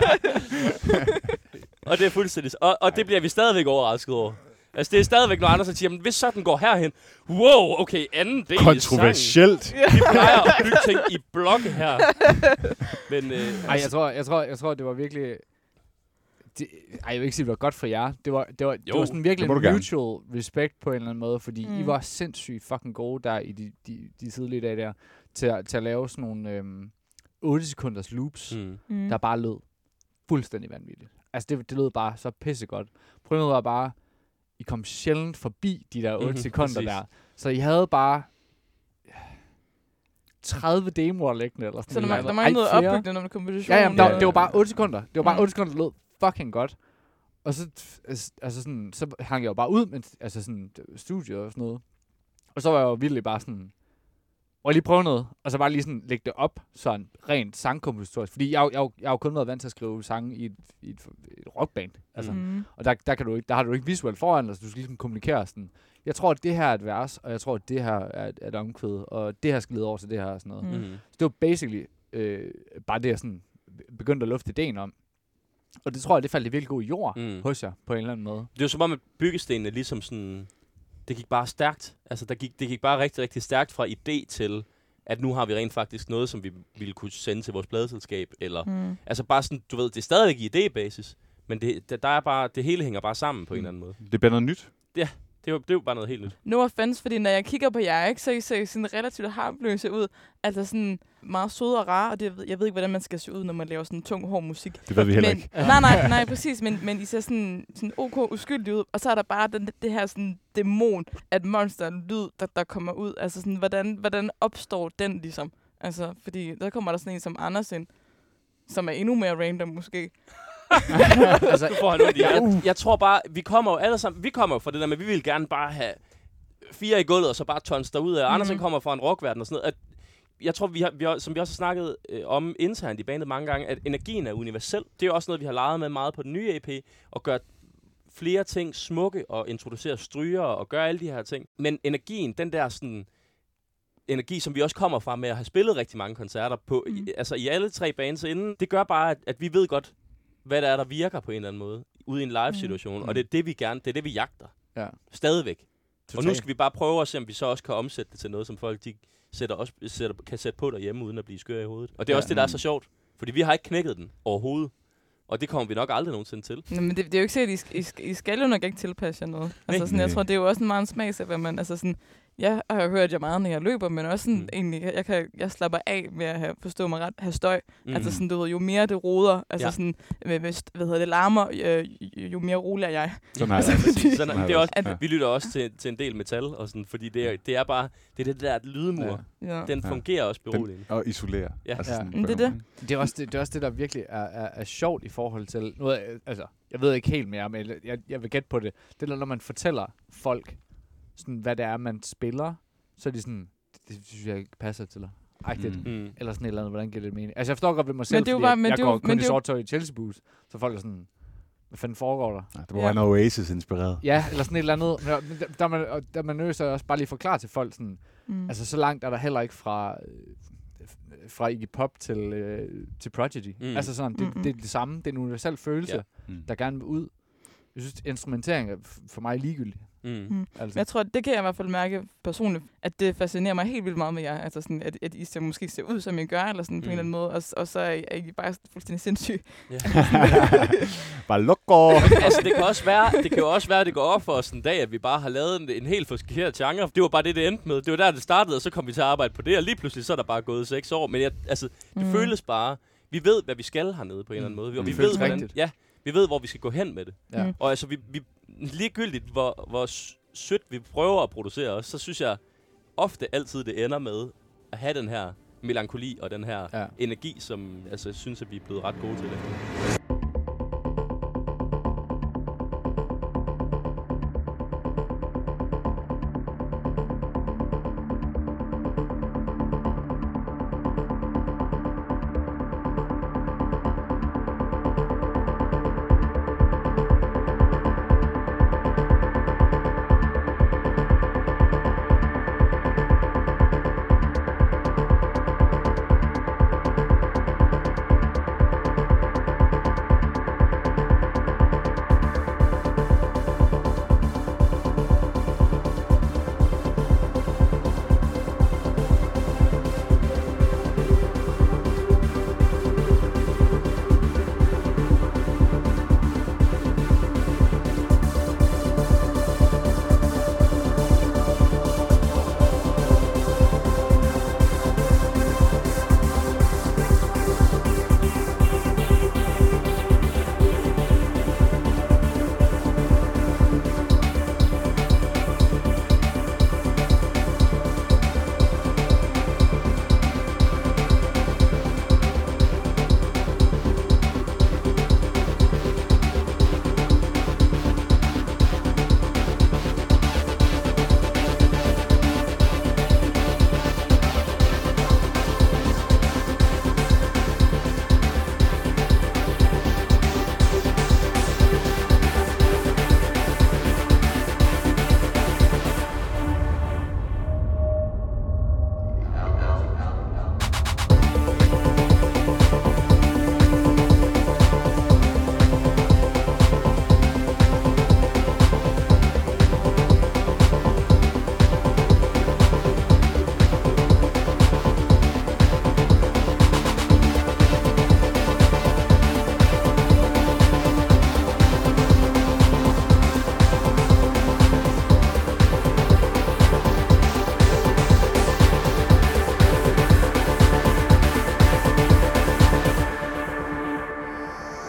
Og det er fuldstændig... Og, og det bliver vi stadigvæk overrasket over. Altså, det er stadigvæk noget andet, der siger, men hvis så den går herhen, wow, okay, anden del i Kontroversielt. sangen. Vi plejer at bygge ting i blokke her. Men, øh, Ej, jeg tror, jeg tror, jeg tror, det var virkelig... Det, ej, jeg vil ikke sige, det var godt for jer. Det var, det var, det Jo, var sådan virkelig det må en du gerne. mutual respect på en eller anden måde, fordi Mm. mm. I var sindssygt fucking gode der i de, de, de tidlige dage der, til at, til at lave sådan nogle øhm, otte sekunders loops, mm. mm. Mm. der bare lød fuldstændig vanvittigt. Altså, det, det lød bare så pissegodt. Problemet var bare, I kom sjældent forbi de der otte Mhm, mm-hmm, sekunder præcis. der. Så I havde bare tredive demoer liggende, eller sådan Så der, noget. man, der manglede Ej, flere. opbygning om komposition. Ja, jamen, der, og- det var bare otte sekunder. Det var bare Mm. otte sekunder, der lød fucking godt. Og så, altså, altså sådan, så hang jeg jo bare ud med altså sådan, studiet og sådan noget. Og så var jeg jo virkelig bare sådan, og lige prøve noget, og så bare lige sådan lægge det op, sådan rent sangkompositorisk. Fordi jeg, har jo- jeg, har jo- jeg har jo kun været vant til at skrive sange i et, i et, et rockband. Altså, Mm. og der, der, kan du ikke, der har du ikke visuelt foran dig, så du skal ligesom kommunikere sådan, jeg tror, at det her er et vers, og jeg tror, at det her er et, et omkvæd, og det her skal lede over til det her og sådan noget. Mm. Mm. Så det var basically øh, bare det, jeg sådan begyndte at lufte ideen om. Og det tror jeg, det faldt i virkelig god jord Mm. hos jer, på en eller anden måde. Det var som om, at byggestenene ligesom sådan... Det gik bare stærkt. Altså, der gik, det gik bare rigtig, rigtig stærkt fra idé til, at nu har vi rent faktisk noget, som vi ville kunne sende til vores pladeselskab. Eller, Mm. altså bare sådan, du ved, det er stadigvæk i idébasis, men det, der, der er bare, det hele hænger bare sammen på mm. en eller anden måde. Det bliver noget nyt. Det er jo, det er jo bare noget helt nyt. No offense, fordi når jeg kigger på jer, ikke, så I ser sådan relativt harmløse ud. Altså sådan meget søde og rare, og det, jeg ved ikke, hvordan man skal se ud, når man laver sådan tung, hård musik. Det ved vi heller men, ikke. Nej, nej, nej, præcis, men, men I ser sådan, sådan ok uskyldig ud, og så er der bare den, det her sådan dæmon, at monster-lyd, der, der kommer ud. Altså sådan, hvordan, hvordan opstår den ligesom? Altså, fordi der kommer der sådan en som Anders ind, som er endnu mere random måske. Altså, du får han ondt i. Jeg, jeg tror bare, vi kommer jo alle sammen, vi kommer jo fra det der med, vi vil gerne bare have fire i gulvet, og så bare tons derud af. Mm. Andersen kommer fra en rockverden og sådan noget. At jeg tror, vi har, vi har, som vi også har snakket øh, om internt i bandet mange gange, at energien er universel. Det er jo også noget, vi har leget med meget på den nye E P, og gøre flere ting smukke, og introducere stryger, og gøre alle de her ting. Men energien, den der sådan... energi, som vi også kommer fra med at have spillet rigtig mange koncerter på, mm. i, altså i alle tre bands inden, det gør bare, at, at vi ved godt, hvad der er, der virker på en eller anden måde, ude i en live-situation, mm. og det er det, vi gerne, det er det, vi jagter. Ja. Stadigvæk. Total. Og nu skal vi bare prøve at se, om vi så også kan omsætte det til noget, som folk de sætter også, sætter, kan sætte på derhjemme, uden at blive skør i hovedet. Og det er ja. også det, der er så sjovt, fordi vi har ikke knækket den overhovedet. Og det kommer vi nok aldrig nogensinde til. Nå, men det, det er jo ikke sikkert, I, I, I skal jo nok ikke tilpasse jer noget. Altså sådan, jeg tror, det er jo også en meget smags af, hvad man, altså sådan, jeg har hørt jer meget, når jeg løber, men også sådan, mm. egentlig, jeg, kan, jeg slapper af med at have, forstå mig ret, have støj. Mm. Altså sådan, du ved, jo mere det roder, altså ja. sådan, med, med, hvad hedder det, larmer, øh, jo mere rolig er jeg. Sådan er altså, det. Sådan, det er også, at, vi lytter også til, til en del metal, og sådan, fordi det er, det er bare, det er det der lydmur. Ja. Den fungerer ja. også beroligende. Og isolerer. Ja. Altså, ja. Det er det. Det er, også det, det er også det, der virkelig er, er, er sjovt i forhold til... Nu, altså, jeg ved ikke helt mere, men jeg, jeg vil gætte på det. Det er, når man fortæller folk, sådan, hvad det er, man spiller, så er de sådan, det synes jeg ikke passer til dig. Agtigt. Mm. Eller sådan et eller andet, hvordan giver det mening? Altså, jeg forstår godt ved mig selv, men det fordi var, men jeg det går var, kun i det sort tøj i Chelsea Boots, så folk er sådan, hvad fanden foregår der? Ja, det må være noget Oasis-inspireret. Ja, eller sådan et eller andet. Der, der, man, der er man nødt til også bare lige forklare til folk, sådan, mm. altså så langt er der heller ikke fra... fra Iggy Pop til, øh, til Prodigy. Mm. Altså sådan, det, Mm-mm. det er det samme. Det er en universel følelse, ja. mm. der gerne vil ud. Jeg synes, instrumentering er for mig ligegyldig. Mm. Mm. Altså. Jeg tror, det kan jeg i hvert fald mærke personligt, at det fascinerer mig helt vildt meget med jer. Altså sådan, at, at I ser, måske ser ud, som I gør, eller sådan mm. på en eller anden måde, og, og så er I, er I bare fuldstændig sindssyge. Ja. Bare loco! Altså, det kan også være, det kan jo også være, at det går op for os en dag, at vi bare har lavet en, en helt forkert genre. Det var bare det, det endte med. Det var der, det startede, og så kom vi til at arbejde på det, og lige pludselig så er der bare gået seks år. Men jeg, altså, det mm. føles bare... Vi ved, hvad vi skal hernede på en eller anden måde. Og vi mm. ved, hvordan, ja, vi ved, hvor vi skal gå hen med det. Ja. Og altså, vi, vi, ligegyldigt, hvor, hvor sødt vi prøver at producere os, så synes jeg ofte altid, det ender med at have den her melankoli og den her ja. energi, som altså, jeg synes, at vi er blevet ret gode til det.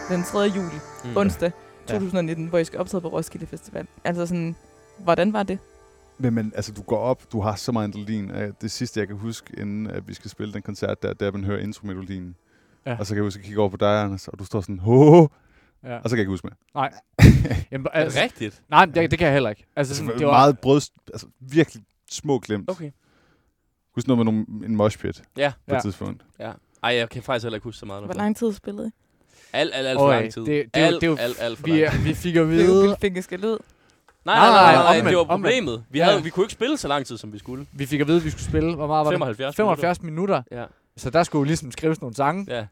den tredje juli, Mm. onsdag to tusind nitten, hvor I skal optræde på Roskilde Festival. Altså sådan, hvordan var det? Men, men altså, du går op, du har så meget adrenalin. Øh, Det sidste, jeg kan huske, inden at vi skal spille den koncert, der, der man hører intromelodien. Ja. Og så kan jeg huske, at jeg kigge over på dig, Anders, og du står sådan, ho, Ja. og så kan jeg ikke huske mere. Nej. Jamen, Er det altså, rigtigt? nej, det, det kan jeg heller ikke. Altså, sådan, Det det var var meget brød, altså virkelig små glemt. Okay. Husk noget med nogle, en moshpit Ja. på Ja. et tidspunkt. Ja. Ej, jeg kan faktisk heller ikke huske så meget. Hvor lang tid spillede I? Alt, alt, alt for Øj, lang tid. det- det er jo- alt, det er jo- alt, alt for vi, lang tid. vi fik at Det vide, fik jeg skal ud. Nej, Nej, nej, nej, nej, nej, omvendt, det var omvendt. problemet. Vi, Ja. havde, vi kunne ikke spille så lang tid, som vi skulle. vi fik at vide, at vi skulle spille, hvor meget var det? femoghalvfjerds femoghalvfjerds minutter. Ja. Så der skulle jo ligesom skrives nogle sange. Ja.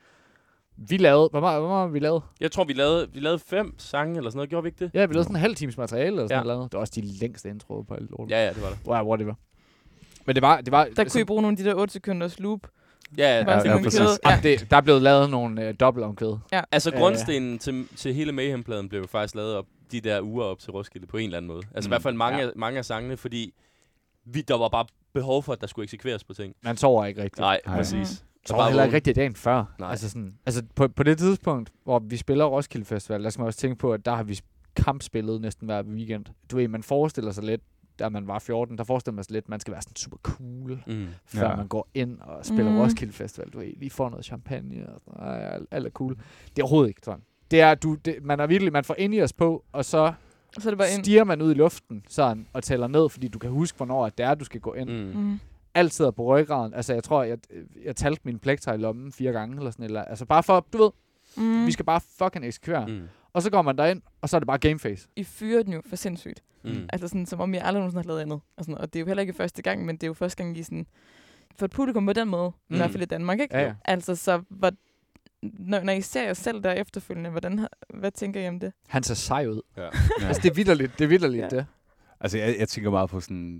Vi lavede, hvor meget, hvor meget vi lavede? Jeg tror, vi lavede, vi lavede fem sange eller sådan noget. Gjorde vi ikke det? Ja, vi lavede sådan en halv times materiale eller sådan Ja. noget. Det var også de længste introer på alt lortet. Ja, ja, det var det. Wow, whatever. Men det var... Det var Der kunne I bruge nogle af de der otte sekunders loop. Ja, ja, Bare ja, sådan ja, nogle præcis. kæder. Ja. Ja. Det, der er blevet lavet nogle øh, dobbeltomkvæd. Altså, Ja, grundstenen til, til hele Mayhem-pladen blev jo faktisk lavet op de der uger op til Roskilde på en eller anden måde. Altså Mm. i hvert fald mange, Ja. ja. mange af sangene, fordi vi, der var bare behov for, at der skulle eksekveres på ting. Man sover ikke rigtigt. Nej, Nej. præcis. Mm. Så Så var bare heller ikke vågen. rigtig dagen før. Nej. Altså, sådan, altså på, på det tidspunkt, hvor vi spiller Roskilde Festival, der skal man også tænke på, at der har vi kampspillet næsten hver weekend. Du ved, man forestiller sig lidt, da man var fjorten, der forestiller man sig lidt, at man skal være sådan super cool, Mm. før Ja. man går ind og spiller Mhm. Roskilde Festival. Du ved, lige får noget champagne, og sådan, ej, alt, alt er cool. Det er overhovedet ikke sådan. Det er, du, det, man er virkelig, man får ind i os på, og så Og så er det bare ind. stiger man ud i luften sådan, og tæller ned, fordi du kan huske, hvornår det er, du skal gå ind. Mm. Mm. Alt sidder på ryggraden. Altså, jeg tror, jeg, jeg talte min plekter i lommen fire gange, eller sådan, eller, altså bare for, du ved, Mm. vi skal bare fucking eksekvere. Mm. Og så går man derind, og så er det bare gameface. I fyrer den jo for sindssygt. Mm. Altså sådan, som om I aldrig nogensinde har lavet andet. Og, sådan, og det er jo heller ikke første gang, men det er jo første gang, I sådan... For et publikum på den måde, mm. i hvert fald i Danmark, ikke? Ja, ja. Altså, så hvor, når, når I ser jer selv der efterfølgende, hvordan, har- hvad tænker I om det? Han ser sej ud. Ja. Ja. Altså, det er vitterligt, det er vitterligt, Ja. det. Altså, jeg, jeg tænker meget på sådan...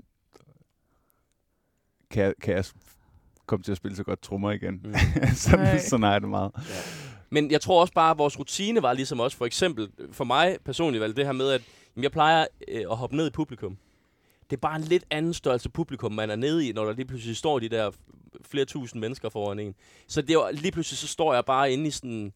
Kan jeg, kan jeg komme til at spille så godt trommer igen? Mm. sådan, Nej. sådan har jeg det meget. Men jeg tror også bare, at vores rutine var ligesom også, for eksempel, for mig personligt, var det her med, at jamen, jeg plejer øh, at hoppe ned i publikum. Det er bare en lidt anden størrelse publikum, man er nede i, når der lige pludselig står de der flere tusind mennesker foran en. Så det var, lige pludselig så står jeg bare inde i sådan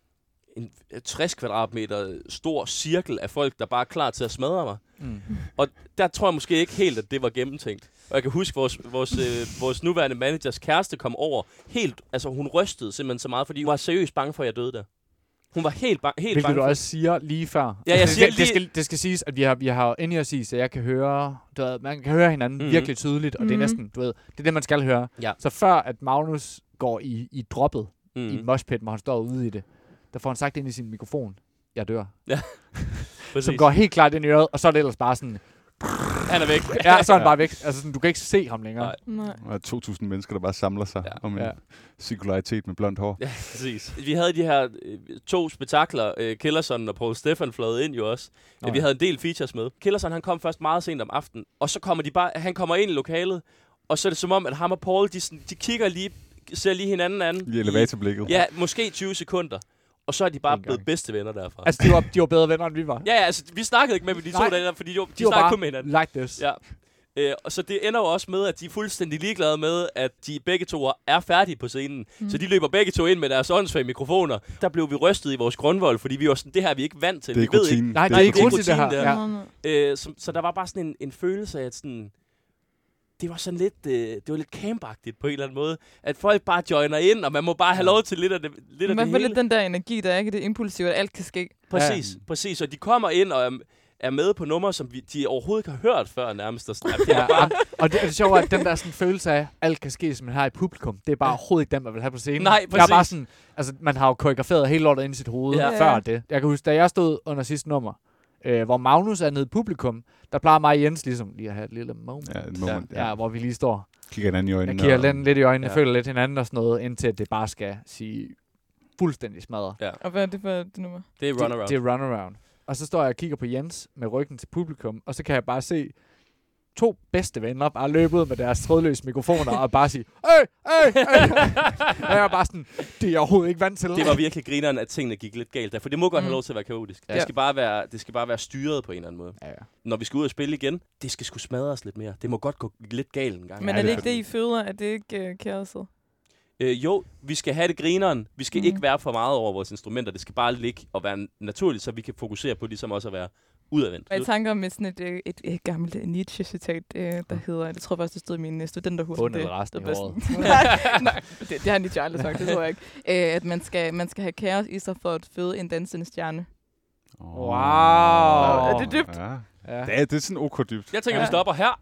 en tres kvadratmeter stor cirkel af folk, der bare er klar til at smadre mig. Mm. Og der tror jeg måske ikke helt, at det var gennemtænkt. Og jeg kan huske, vores, vores, øh, vores nuværende managers kæreste kom over helt, altså hun rystede simpelthen så meget, fordi hun var seriøst bange for, at jeg døde der. Hun var helt, ba- helt Hvilket bange du for. også siger lige før. Ja, jeg Altså, siger det, lige- det, skal, det skal siges, at vi har, vi har inde i os i, så jeg kan høre, du ved, man kan høre hinanden Mhm. mm. virkelig tydeligt, og mm. det er Mhm. næsten, du ved, det er det, man skal høre. Ja. Så før at Magnus går i, i droppet, mm. i Mm. moshpit, hvor han står ude i det, der får han sagt ind i sin mikrofon, jeg dør. Præcis. Som går helt klart ind i øret, og så er det ellers bare sådan, Han er væk. ja, så er han bare væk. Altså sådan, du kan ikke se ham længere. Nej. Nej. Og der er to tusind mennesker, der bare samler sig Ja. om en Ja. cirkularitet med blondt hår. Ja, præcis. Vi havde de her øh, to spektakler, øh, Killerson og Paul Stefan fløjet ind jo også. Nå, Oh, vi ja. havde en del features med. Killerson, han kom først meget sent om aftenen, og så kommer de bare, han kommer ind i lokalet, og så er det som om, at ham og Paul, de, sådan, de kigger lige, ser lige hinanden an. I elevatorblikket. Ja, måske tyve sekunder. Og så er de bare En gang. blevet bedste venner derfra. Altså, de var, de var bedre venner, end vi var. ja, ja, altså, vi snakkede ikke med dem de to Nej. dage der, fordi de, de, de de var snakkede bare kun med hinanden. like this. Ja. Øh, og så det ender jo også med, at de er fuldstændig ligeglade med, at de begge to er færdige på scenen. Mm. Så de løber begge to ind med deres åndssvage mikrofoner. Der blev vi rystet i vores grundvold, fordi vi var sådan, det her er vi ikke vant til. Det er vi ikke ved ikke. rutinen. Nej, det er Nej, ikke det er rutine, det her. rutine, det Ja. Ja. Øh, så, så der var bare sådan en, en følelse af, at sådan, det var sådan lidt, øh, det var lidt campagtigt på en eller anden måde. At folk bare joiner ind, og man må bare have lov til lidt af det, lidt I af hvert det fald hele. lidt den der energi, der er ikke det impulsive, at alt kan ske. Præcis, Ja. præcis. Og de kommer ind og er, er med på numre, som vi, de overhovedet ikke har hørt før nærmest. Og sådan, det Ja, var bare, og det, det sjove er, at den der sådan følelse af, alt kan ske, som man har i publikum, det er bare overhovedet ikke den, man vil have på scenen. Nej, Der er bare præcis. sådan, altså, man har jo koreograferet hele lortet ind i sit hoved Ja. ja. før det. Jeg kan huske, da jeg stod under sidste nummer, øh, hvor Magnus er nede i publikum, der plejer mig og Jens ligesom lige at have et lille moment. Ja, et moment, Ja, ja. hvor vi lige står. Kigger hinanden i øjnene. Jeg kigger og- lidt, lidt i øjnene, Ja. ja. føler lidt hinanden og sådan noget, indtil det bare skal sige fuldstændig smadret. Og hvad er det for det nummer? det er runaround. Det, det er runaround. Og så står jeg og kigger på Jens med ryggen til publikum, og så kan jeg bare se to bedste venner bare løbe ud med deres trådløse mikrofoner og bare sige, hey, hey, hey. Og jeg er bare sådan, det er jeg overhovedet ikke vant til. Det var virkelig grineren, at tingene gik lidt galt der, for det må godt Mm. have lov til at være kaotisk. Ja. Det, skal bare være, det skal bare være styret på en eller anden måde. Ja, ja. Når vi skal ud og spille igen, det skal sgu smadres lidt mere. Det må godt gå lidt galt en gang. Men Ja, er det det er ikke det, I føder? Er det ikke uh, kaoset? Øh, jo, vi skal have det grineren. Vi skal Mhm. mm. ikke være for meget over vores instrumenter. Det skal bare ligge og være naturligt, så vi kan fokusere på ligesom også at være udadvendt. Og jeg tænker med sådan et, øh, et, et gammelt Nietzsche-citat, øh, der hedder, jeg tror faktisk, det stod i min studenterhus. Bund eller resten det, i håret. nej, nej, det, det har Nietzsche aldrig sagt, det tror jeg ikke. Øh, at man skal, man skal have kaos i sig for at føde en dansende stjerne. Oh. Wow. Er det dybt? Ja. Ja. Det, er, det er sådan ok dybt. Jeg tænker, Ja. vi stopper her.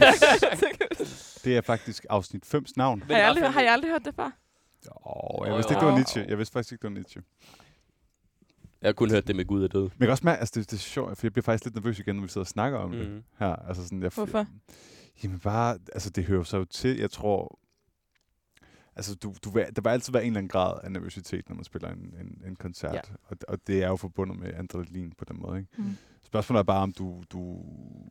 Det er faktisk afsnit fems navn. har, jeg aldrig, har jeg aldrig hørt det før? Åh, jeg vidste ikke, det var Nietzsche. Jeg vidste faktisk ikke, det var Nietzsche. Jeg har kun hørt det med Gud er død. Men jeg kan også mærke, altså det, det er sjovt, for jeg bliver faktisk lidt nervøs igen, når vi sidder og snakker om mm. det Mm. her. Altså sådan, jeg, Hvorfor? Jamen bare, altså det hører sig jo til, jeg tror, altså du, du, der vil altid være en eller anden grad af nervøsitet, når man spiller en, en, en koncert. Ja. Og, og det er jo forbundet med adrenalin på den måde, ikke? Mm. Spørgsmålet er bare, om du, du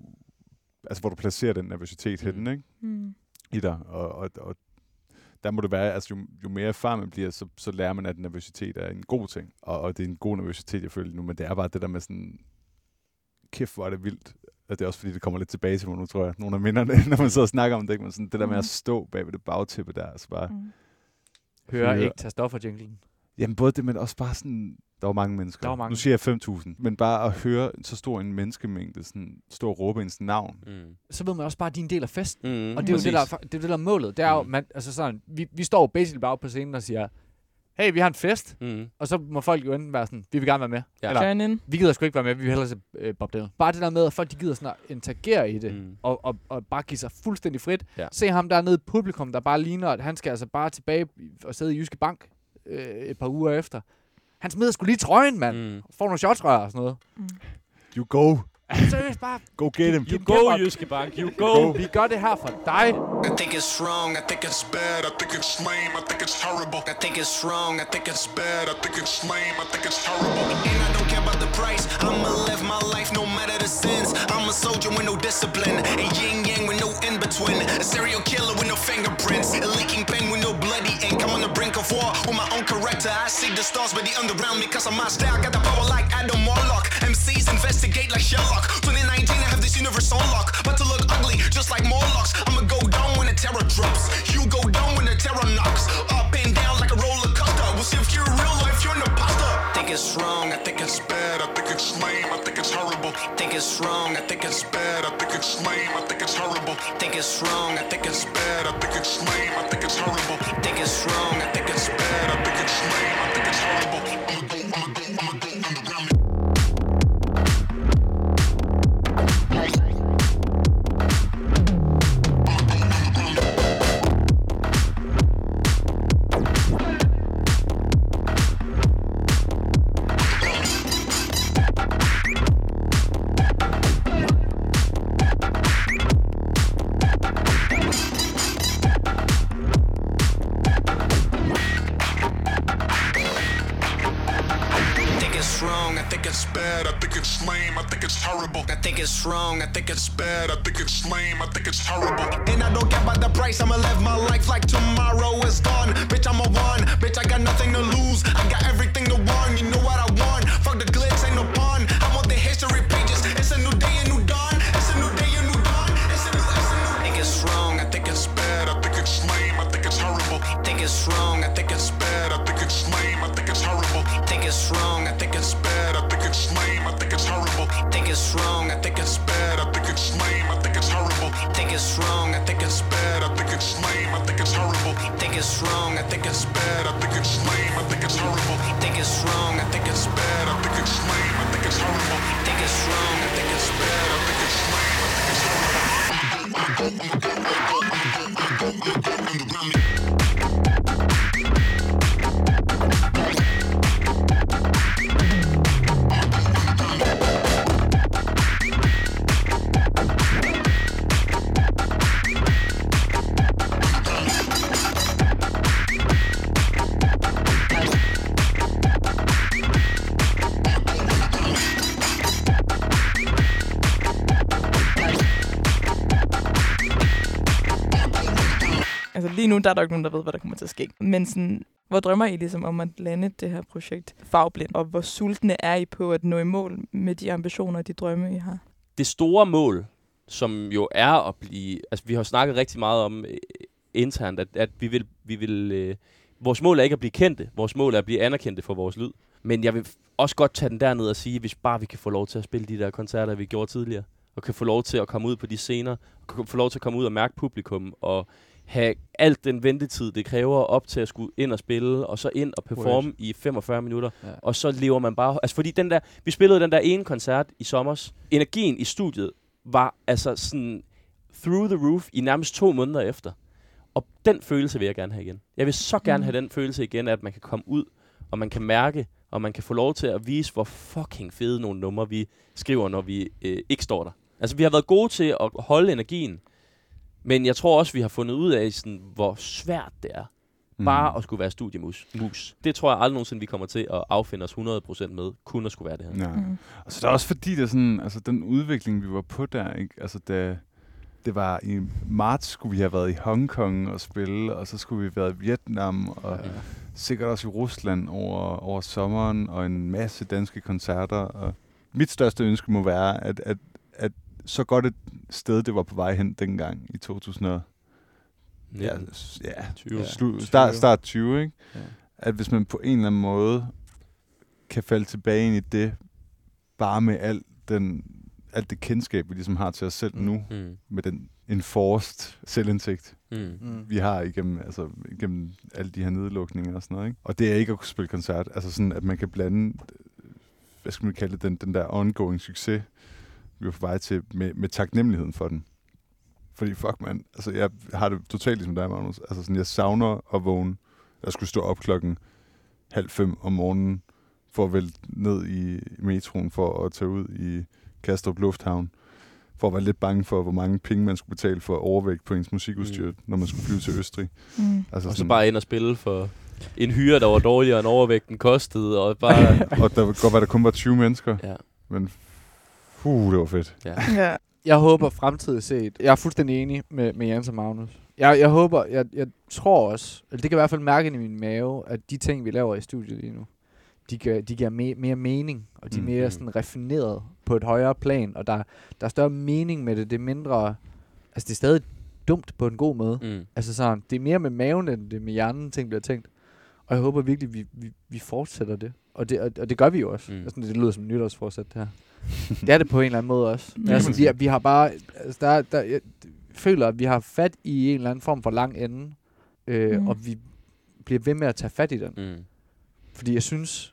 altså hvor du placerer den nervøsitet mm. henne, ikke? Mm. I dig, og, og, og der må det være, altså jo, jo mere erfaren man bliver, så, så lærer man, at nervøsitet er en god ting. Og, og det er en god nervøsitet, jeg føler nu, men det er bare det der med sådan, kæft, hvor er det vildt. Og det er også fordi, det kommer lidt tilbage til mig nu, tror jeg. Nogle af minderne, når man sidder og snakker om det, ikke? Men sådan, det der med at stå bag ved det bagtæppe der, altså bare Mm. Hører Hører- ikke tage stoffer jinglen. Jamen både det, men også bare sådan, der var mange mennesker. Der var mange. Nu siger jeg fem tusind, men bare at høre så stor en menneskemængde sådan, stå og råbe ens navn. Mm. Så ved man også bare, at de er en del af festen. Mm. Og det er, jo det, der, er fa- det er jo det, der er målet. Det er jo, Mm. man, altså sådan, vi, vi står jo basically bare på scenen og siger, hey, vi har en fest. Mm. Og så må folk jo enten være sådan, vi vil gerne være med. Ja. Eller, Join in. vi gider sgu ikke være med, vi vil hellere se øh, Bob Dylan. Bare det der med, at folk de gider sådan at interagere i det. Mm. Og, og, og bare give sig fuldstændig frit. Ja. Se ham dernede i publikum, der bare ligner, at han skal altså bare tilbage og sidde i Jyske Bank øh, et par uger efter. Han smider sgu lige trøjen, mand. Mm. Får nogle shotsrør og sådan noget. Mm. You go. Seriøst, bare, Go get him. You go, Jyske Bank. You go. vi gør det her for dig. I think it's wrong, I think it's bad, I think it's lame, I think it's horrible. I think it's wrong, I think it's bad, I think it's lame, I think it's horrible. And I don't care about the price, I'ma live my life no matter the sins. I'm a soldier with no discipline, a yin yang with no in between, a serial killer with no fingerprints, a leaking pen with no bloody ink. I'm on the brink of war with my own character. I see the stars with the underground because of my style. Got the power like Adam Warlock. M Cs investigate like Sherlock. twenty nineteen, I have this universe on lock. But to look ugly, just like Morlocks. I'ma go down when the terror drops. You go down when the terror knocks. Up and down like a roller coaster. We'll see if you're real or if you're an imposter. Think it's wrong, I think it's bad, I think it's lame, I think it's horrible. Think it's wrong, I think it's bad, I think it's lame, I think it's horrible. Think it's wrong, I think it's bad, I think it's lame, I think it's horrible. Think it's wrong, I think it's bad, I think it's lame, I think it's horrible. I'ma go, I'ma go, I'ma go underground. I think it's wrong, I think it's bad, I think it's lame, I think it's horrible. And I don't care about the price, I'ma live my life like tomorrow is gone. Bitch, I'm a one, bitch, I got nothing to lose. I got everything to win, you know what I want. Fuck the glitz, ain't no pun. I want the history pages, it's a new day, a new dawn. It's a new day, a new dawn. It's a new, it's a new. I think it's wrong, I think it's bad, I think it's lame, I think it's horrible. I think it's wrong, I think it's bad, I think it's lame, I think it's horrible. I think it's wrong, I think it's bad, I think it's lame, I think it's horrible. I think it's wrong, I think it's bad, I think it's lame, I think it's horrible. I think it's wrong, I think it's bad, I think it's lame, I think it's horrible. I think it's wrong, I think it's bad, I think it's lame, I think it's horrible. I think it's wrong, I think it's bad, I think it's lame, I think it's horrible. I think it's wrong, I think it's bad, I think it's lame, I think it's horrible. I'ma go, I'ma go, I'ma go, I'ma go, I'ma go, I'ma go underground. Altså lige nu, der er der ikke nogen, der ved, hvad der kommer til at ske. Men sådan, hvor drømmer I ligesom om at lande det her projekt Farveblind? Og hvor sultne er I på at nå i mål med de ambitioner og de drømme, I har? Det store mål, som jo er at blive... Altså, vi har jo snakket rigtig meget om øh, internt, at, at vi vil, vi vil øh, vores mål er ikke at blive kendte, vores mål er at blive anerkendte for vores lyd. Men jeg vil f- også godt tage den derned og sige, hvis bare vi kan få lov til at spille de der koncerter, vi gjorde tidligere, og kan få lov til at komme ud på de scener, og kan få lov til at komme ud og mærke publikum, og have alt den ventetid, det kræver op til at skulle ind og spille, og så ind og performe i femogfyrre minutter, Ja. og så lever man bare... Altså fordi den der, vi spillede den der ene koncert i sommers. Energien i studiet var altså sådan through the roof i nærmest to måneder efter. Og den følelse vil jeg gerne have igen. Jeg vil så gerne Mm. have den følelse igen, at man kan komme ud, og man kan mærke, og man kan få lov til at vise, hvor fucking fede nogle numre vi skriver, når vi øh, ikke står der. Altså vi har været gode til at holde energien, men jeg tror også, vi har fundet ud af, sådan, hvor svært det er. Mm. Bare at skulle være studiemus. Mus. Det tror jeg aldrig nogensinde, vi kommer til at affinde os hundrede procent med. Kun at skulle være det her. Ja. Mm. Og så er det også fordi, det er sådan, altså den udvikling, vi var på der, ikke? Altså da, det var i marts, skulle vi have været i Hongkong og spille, og så skulle vi have været i Vietnam, og Ja. sikkert også i Rusland over, over sommeren, og en masse danske koncerter. Og mit største ønske må være, at, at, at så godt et sted, det var på vej hen dengang i to tusind og ja, nitten, s- ja, tyve. slu, start, start tyve, ikke? Ja. At hvis man på en eller anden måde kan falde tilbage ind i det, bare med al den, alt det kendskab, vi ligesom har til os selv Mm. nu, Mm. med den enforced selvindsigt, Mm. Mm. vi har igennem, altså, igennem alle de her nedlukninger og sådan noget. Ikke? Og det er ikke at kunne spille koncert. Altså sådan, at man kan blande, hvad skal man kalde det, den, den der ongoing succes, vi er på vej til, med, med taknemmeligheden for den. Fordi fuck, man, altså jeg har det totalt ligesom dig, Magnus. Altså sådan, jeg savner at vågne. Jeg skulle stå op klokken halv fem om morgenen, for at vælte ned i metroen, for at tage ud i Kastrup Lufthavn, for at være lidt bange for, hvor mange penge man skulle betale for overvægt på ens musikudstyr, mm. når man skulle flyve til Østrig. Mm. Altså Og så bare ind og spille for en hyre, der var dårligere end overvægten kostede, og bare... og der kan godt være, der kun var tyve mennesker, ja. men uh, det var fedt. Ja. Ja. Jeg håber fremtidigt set. Jeg er fuldstændig enig med, med Jens og Magnus. Jeg, jeg håber, jeg, jeg tror også, eller det kan i hvert fald mærke i min mave, at de ting, vi laver i studiet lige nu, de giver, de giver me, mere mening, og de er Mm. mere Mm. sådan raffineret på et højere plan, og der, der er større mening med det. Det er mindre, altså det er stadig dumt på en god måde. Mm. Altså sådan, det er mere med maven, end det er med hjernen, ting bliver tænkt. Og jeg håber virkelig, vi, vi, vi fortsætter det. Og det, og, og det gør vi jo også. Mm. Mm. Altså, det lyder som nytårsforsæt, det her. Det er det på en eller anden måde også. Mm. Mm. Altså, vi, har- vi har bare... Altså, der, der, jeg føler, at vi har fat i en eller anden form for lang ende. Øh, Mm. mm. Og vi bliver ved med at tage fat i den. Mm. Fordi jeg synes...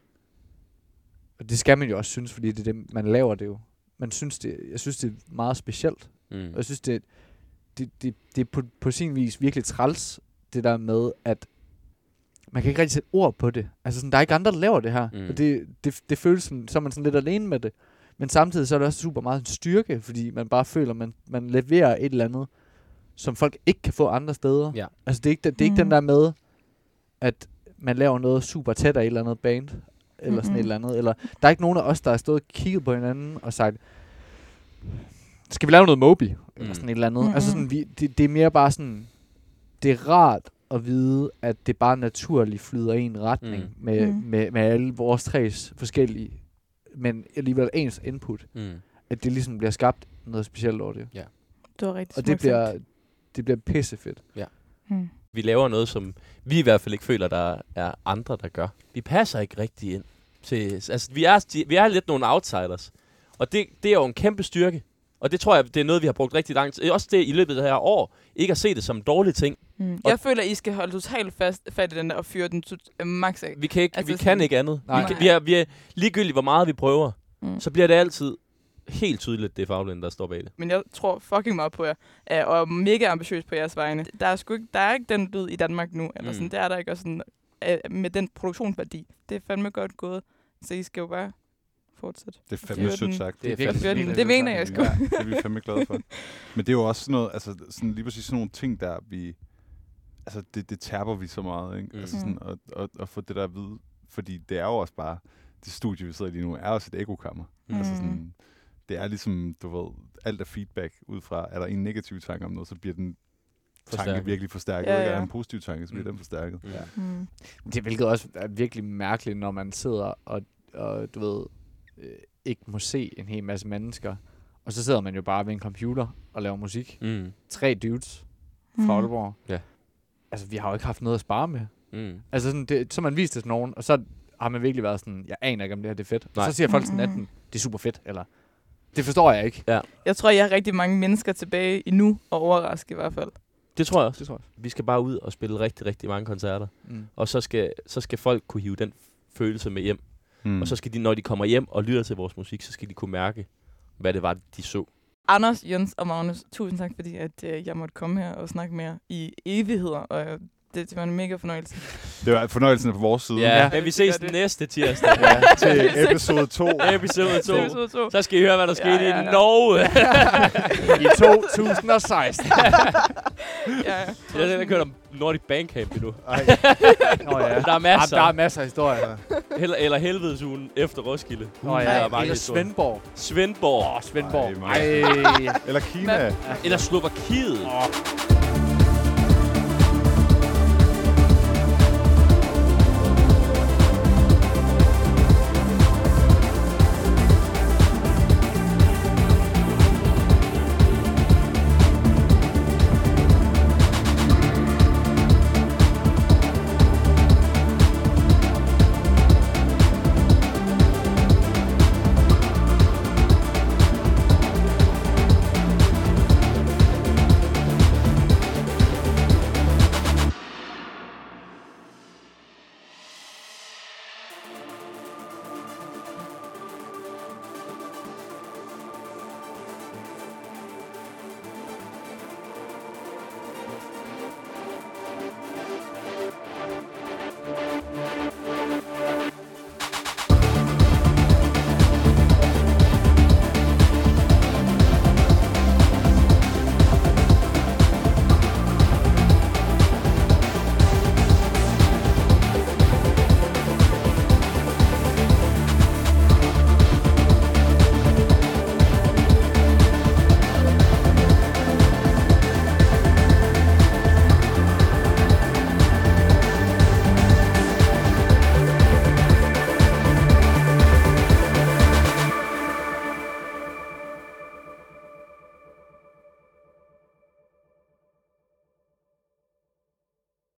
Og det skal man jo også synes, fordi det er det, man laver det jo. Man synes det, jeg synes, det er meget specielt. Mm. Og jeg synes, det, det, det, det er på, på sin vis virkelig træls, det der med, at man kan ikke rigtig sætte ord på det. Altså, sådan, der er ikke andre, der laver det her. Mm. Mm. Og det, det, det føles som, så er man sådan lidt alene med det. Men samtidig så er det også super meget en styrke, fordi man bare føler, at man, man leverer et eller andet, som folk ikke kan få andre steder. Ja. Altså, det er ikke, det, det er ikke Mm. den der med, at man laver noget super tæt af et eller andet band, eller sådan Mhm. et eller andet. Eller, der er ikke nogen af os, der har stået og kigget på hinanden og sagt, skal vi lave noget Moby? Mm. Eller Mm. sådan et eller andet. Mhm. Altså sådan, vi, det, det er mere bare sådan, det er rart at vide, at det bare naturligt flyder i en retning Mm. med, Mm. med, med alle vores tres forskellige, men alligevel ens input. Mm. At det ligesom bliver skabt noget specielt over det. Det var rigtig Og det smukt bliver, sagt. det bliver pissefedt. Mm. Vi laver noget, som vi i hvert fald ikke føler, der er andre, der gør. Vi passer ikke rigtig ind til... Altså, vi er, de- vi er lidt nogle outsiders. Og det, det er jo en kæmpe styrke. Og det tror jeg, det er noget, vi har brugt rigtig lang tid. Også det i løbet af det her år. Ikke at se det som en dårlig ting. Mm. Og- Jeg føler, I skal holde totalt fast, fat i den der og fyre den tot- øh, max af. Vi kan ikke, Altså vi sådan- kan ikke andet. Vi, Nej. kan, vi, er, vi er ligegyldigt, hvor meget vi prøver. Mm. Så bliver det altid helt tydeligt, det er Fagblinde, der står bag det. Men jeg tror fucking meget på jer, øh, og er mega ambitiøs på jeres vegne. Der er sgu ikke, der er ikke den lyd i Danmark nu, eller Mm. sådan, det er der ikke, og sådan, øh, med den produktionsværdi. Det er fandme godt gået, så I skal jo bare fortsætte. Det er fandme Fyre sødt den. sagt. Det er virkelig Fyre den. fint, Det at mener du jeg sagt sgu. Ja, det er vi fandme glade for. Men det er jo også sådan noget, altså sådan, lige præcis sådan nogle ting, der vi, altså det, det terper vi så meget, ikke? Mm. Altså sådan at, at, at få det der at vide, fordi det er jo også bare, det studie, vi sidder i lige nu, er også et ekokammer. Mm. Altså Mm. sådan, det er ligesom, du ved, alt er feedback ud fra, er der en negativ tanke om noget, så bliver den tanke Forstærket. virkelig forstærket, Ja, ikke? Er ja. der en positiv tanke, så bliver Mm. den forstærket. Mm. Ja. Mm. Det er hvilket også er virkelig mærkeligt, når man sidder og, og du ved, øh, ikke må se en hel masse mennesker. Og så sidder man jo bare ved en computer og laver musik. Mm. Tre dudes fra Mm. Aalborg. Ja. altså, vi har jo ikke haft noget at spare med. Mm. Altså, sådan, det, så man vist det til nogen, og så har man virkelig været sådan, jeg aner ikke, om det her det er fedt. Nej. Og så siger folk sådan, enten, det er super fedt, eller det forstår jeg ikke. Ja. Jeg tror, jeg har rigtig mange mennesker tilbage endnu, og overraske i hvert fald. Det tror jeg også. Det tror jeg. Vi skal bare ud og spille rigtig, rigtig mange koncerter. Mm. Og så skal, så skal folk kunne hive den følelse med hjem. Mm. Og så skal de, når de kommer hjem og lytter til vores musik, så skal de kunne mærke, hvad det var, de så. Anders, Jens og Magnus, tusind tak, fordi at, øh, jeg måtte komme her og snakke med jer i evigheder. Og øh, det, det var en mega fornøjelse. Det var fornøjelsen på vores side. Ja, Ja. men vi ses Det gør det. næste tirsdag. Ja, til episode to. Episode to. Episode to. Så skal I høre, hvad der skete Ja, ja, ja. i Norge. I to tusind og seksten. Ja, ja. Jeg har kørt om Nordic Bandcamp endnu. Ej. Nå ja. Der er masser. Jamen, der er masser af historier. Eller, eller helvedesugen efter Roskilde. Nå Der ja. er mange Eller historier. Svendborg. Svendborg. Åh, Svendborg. Ej, Ej. Eller Kina. Eller Slovakiet. Åh.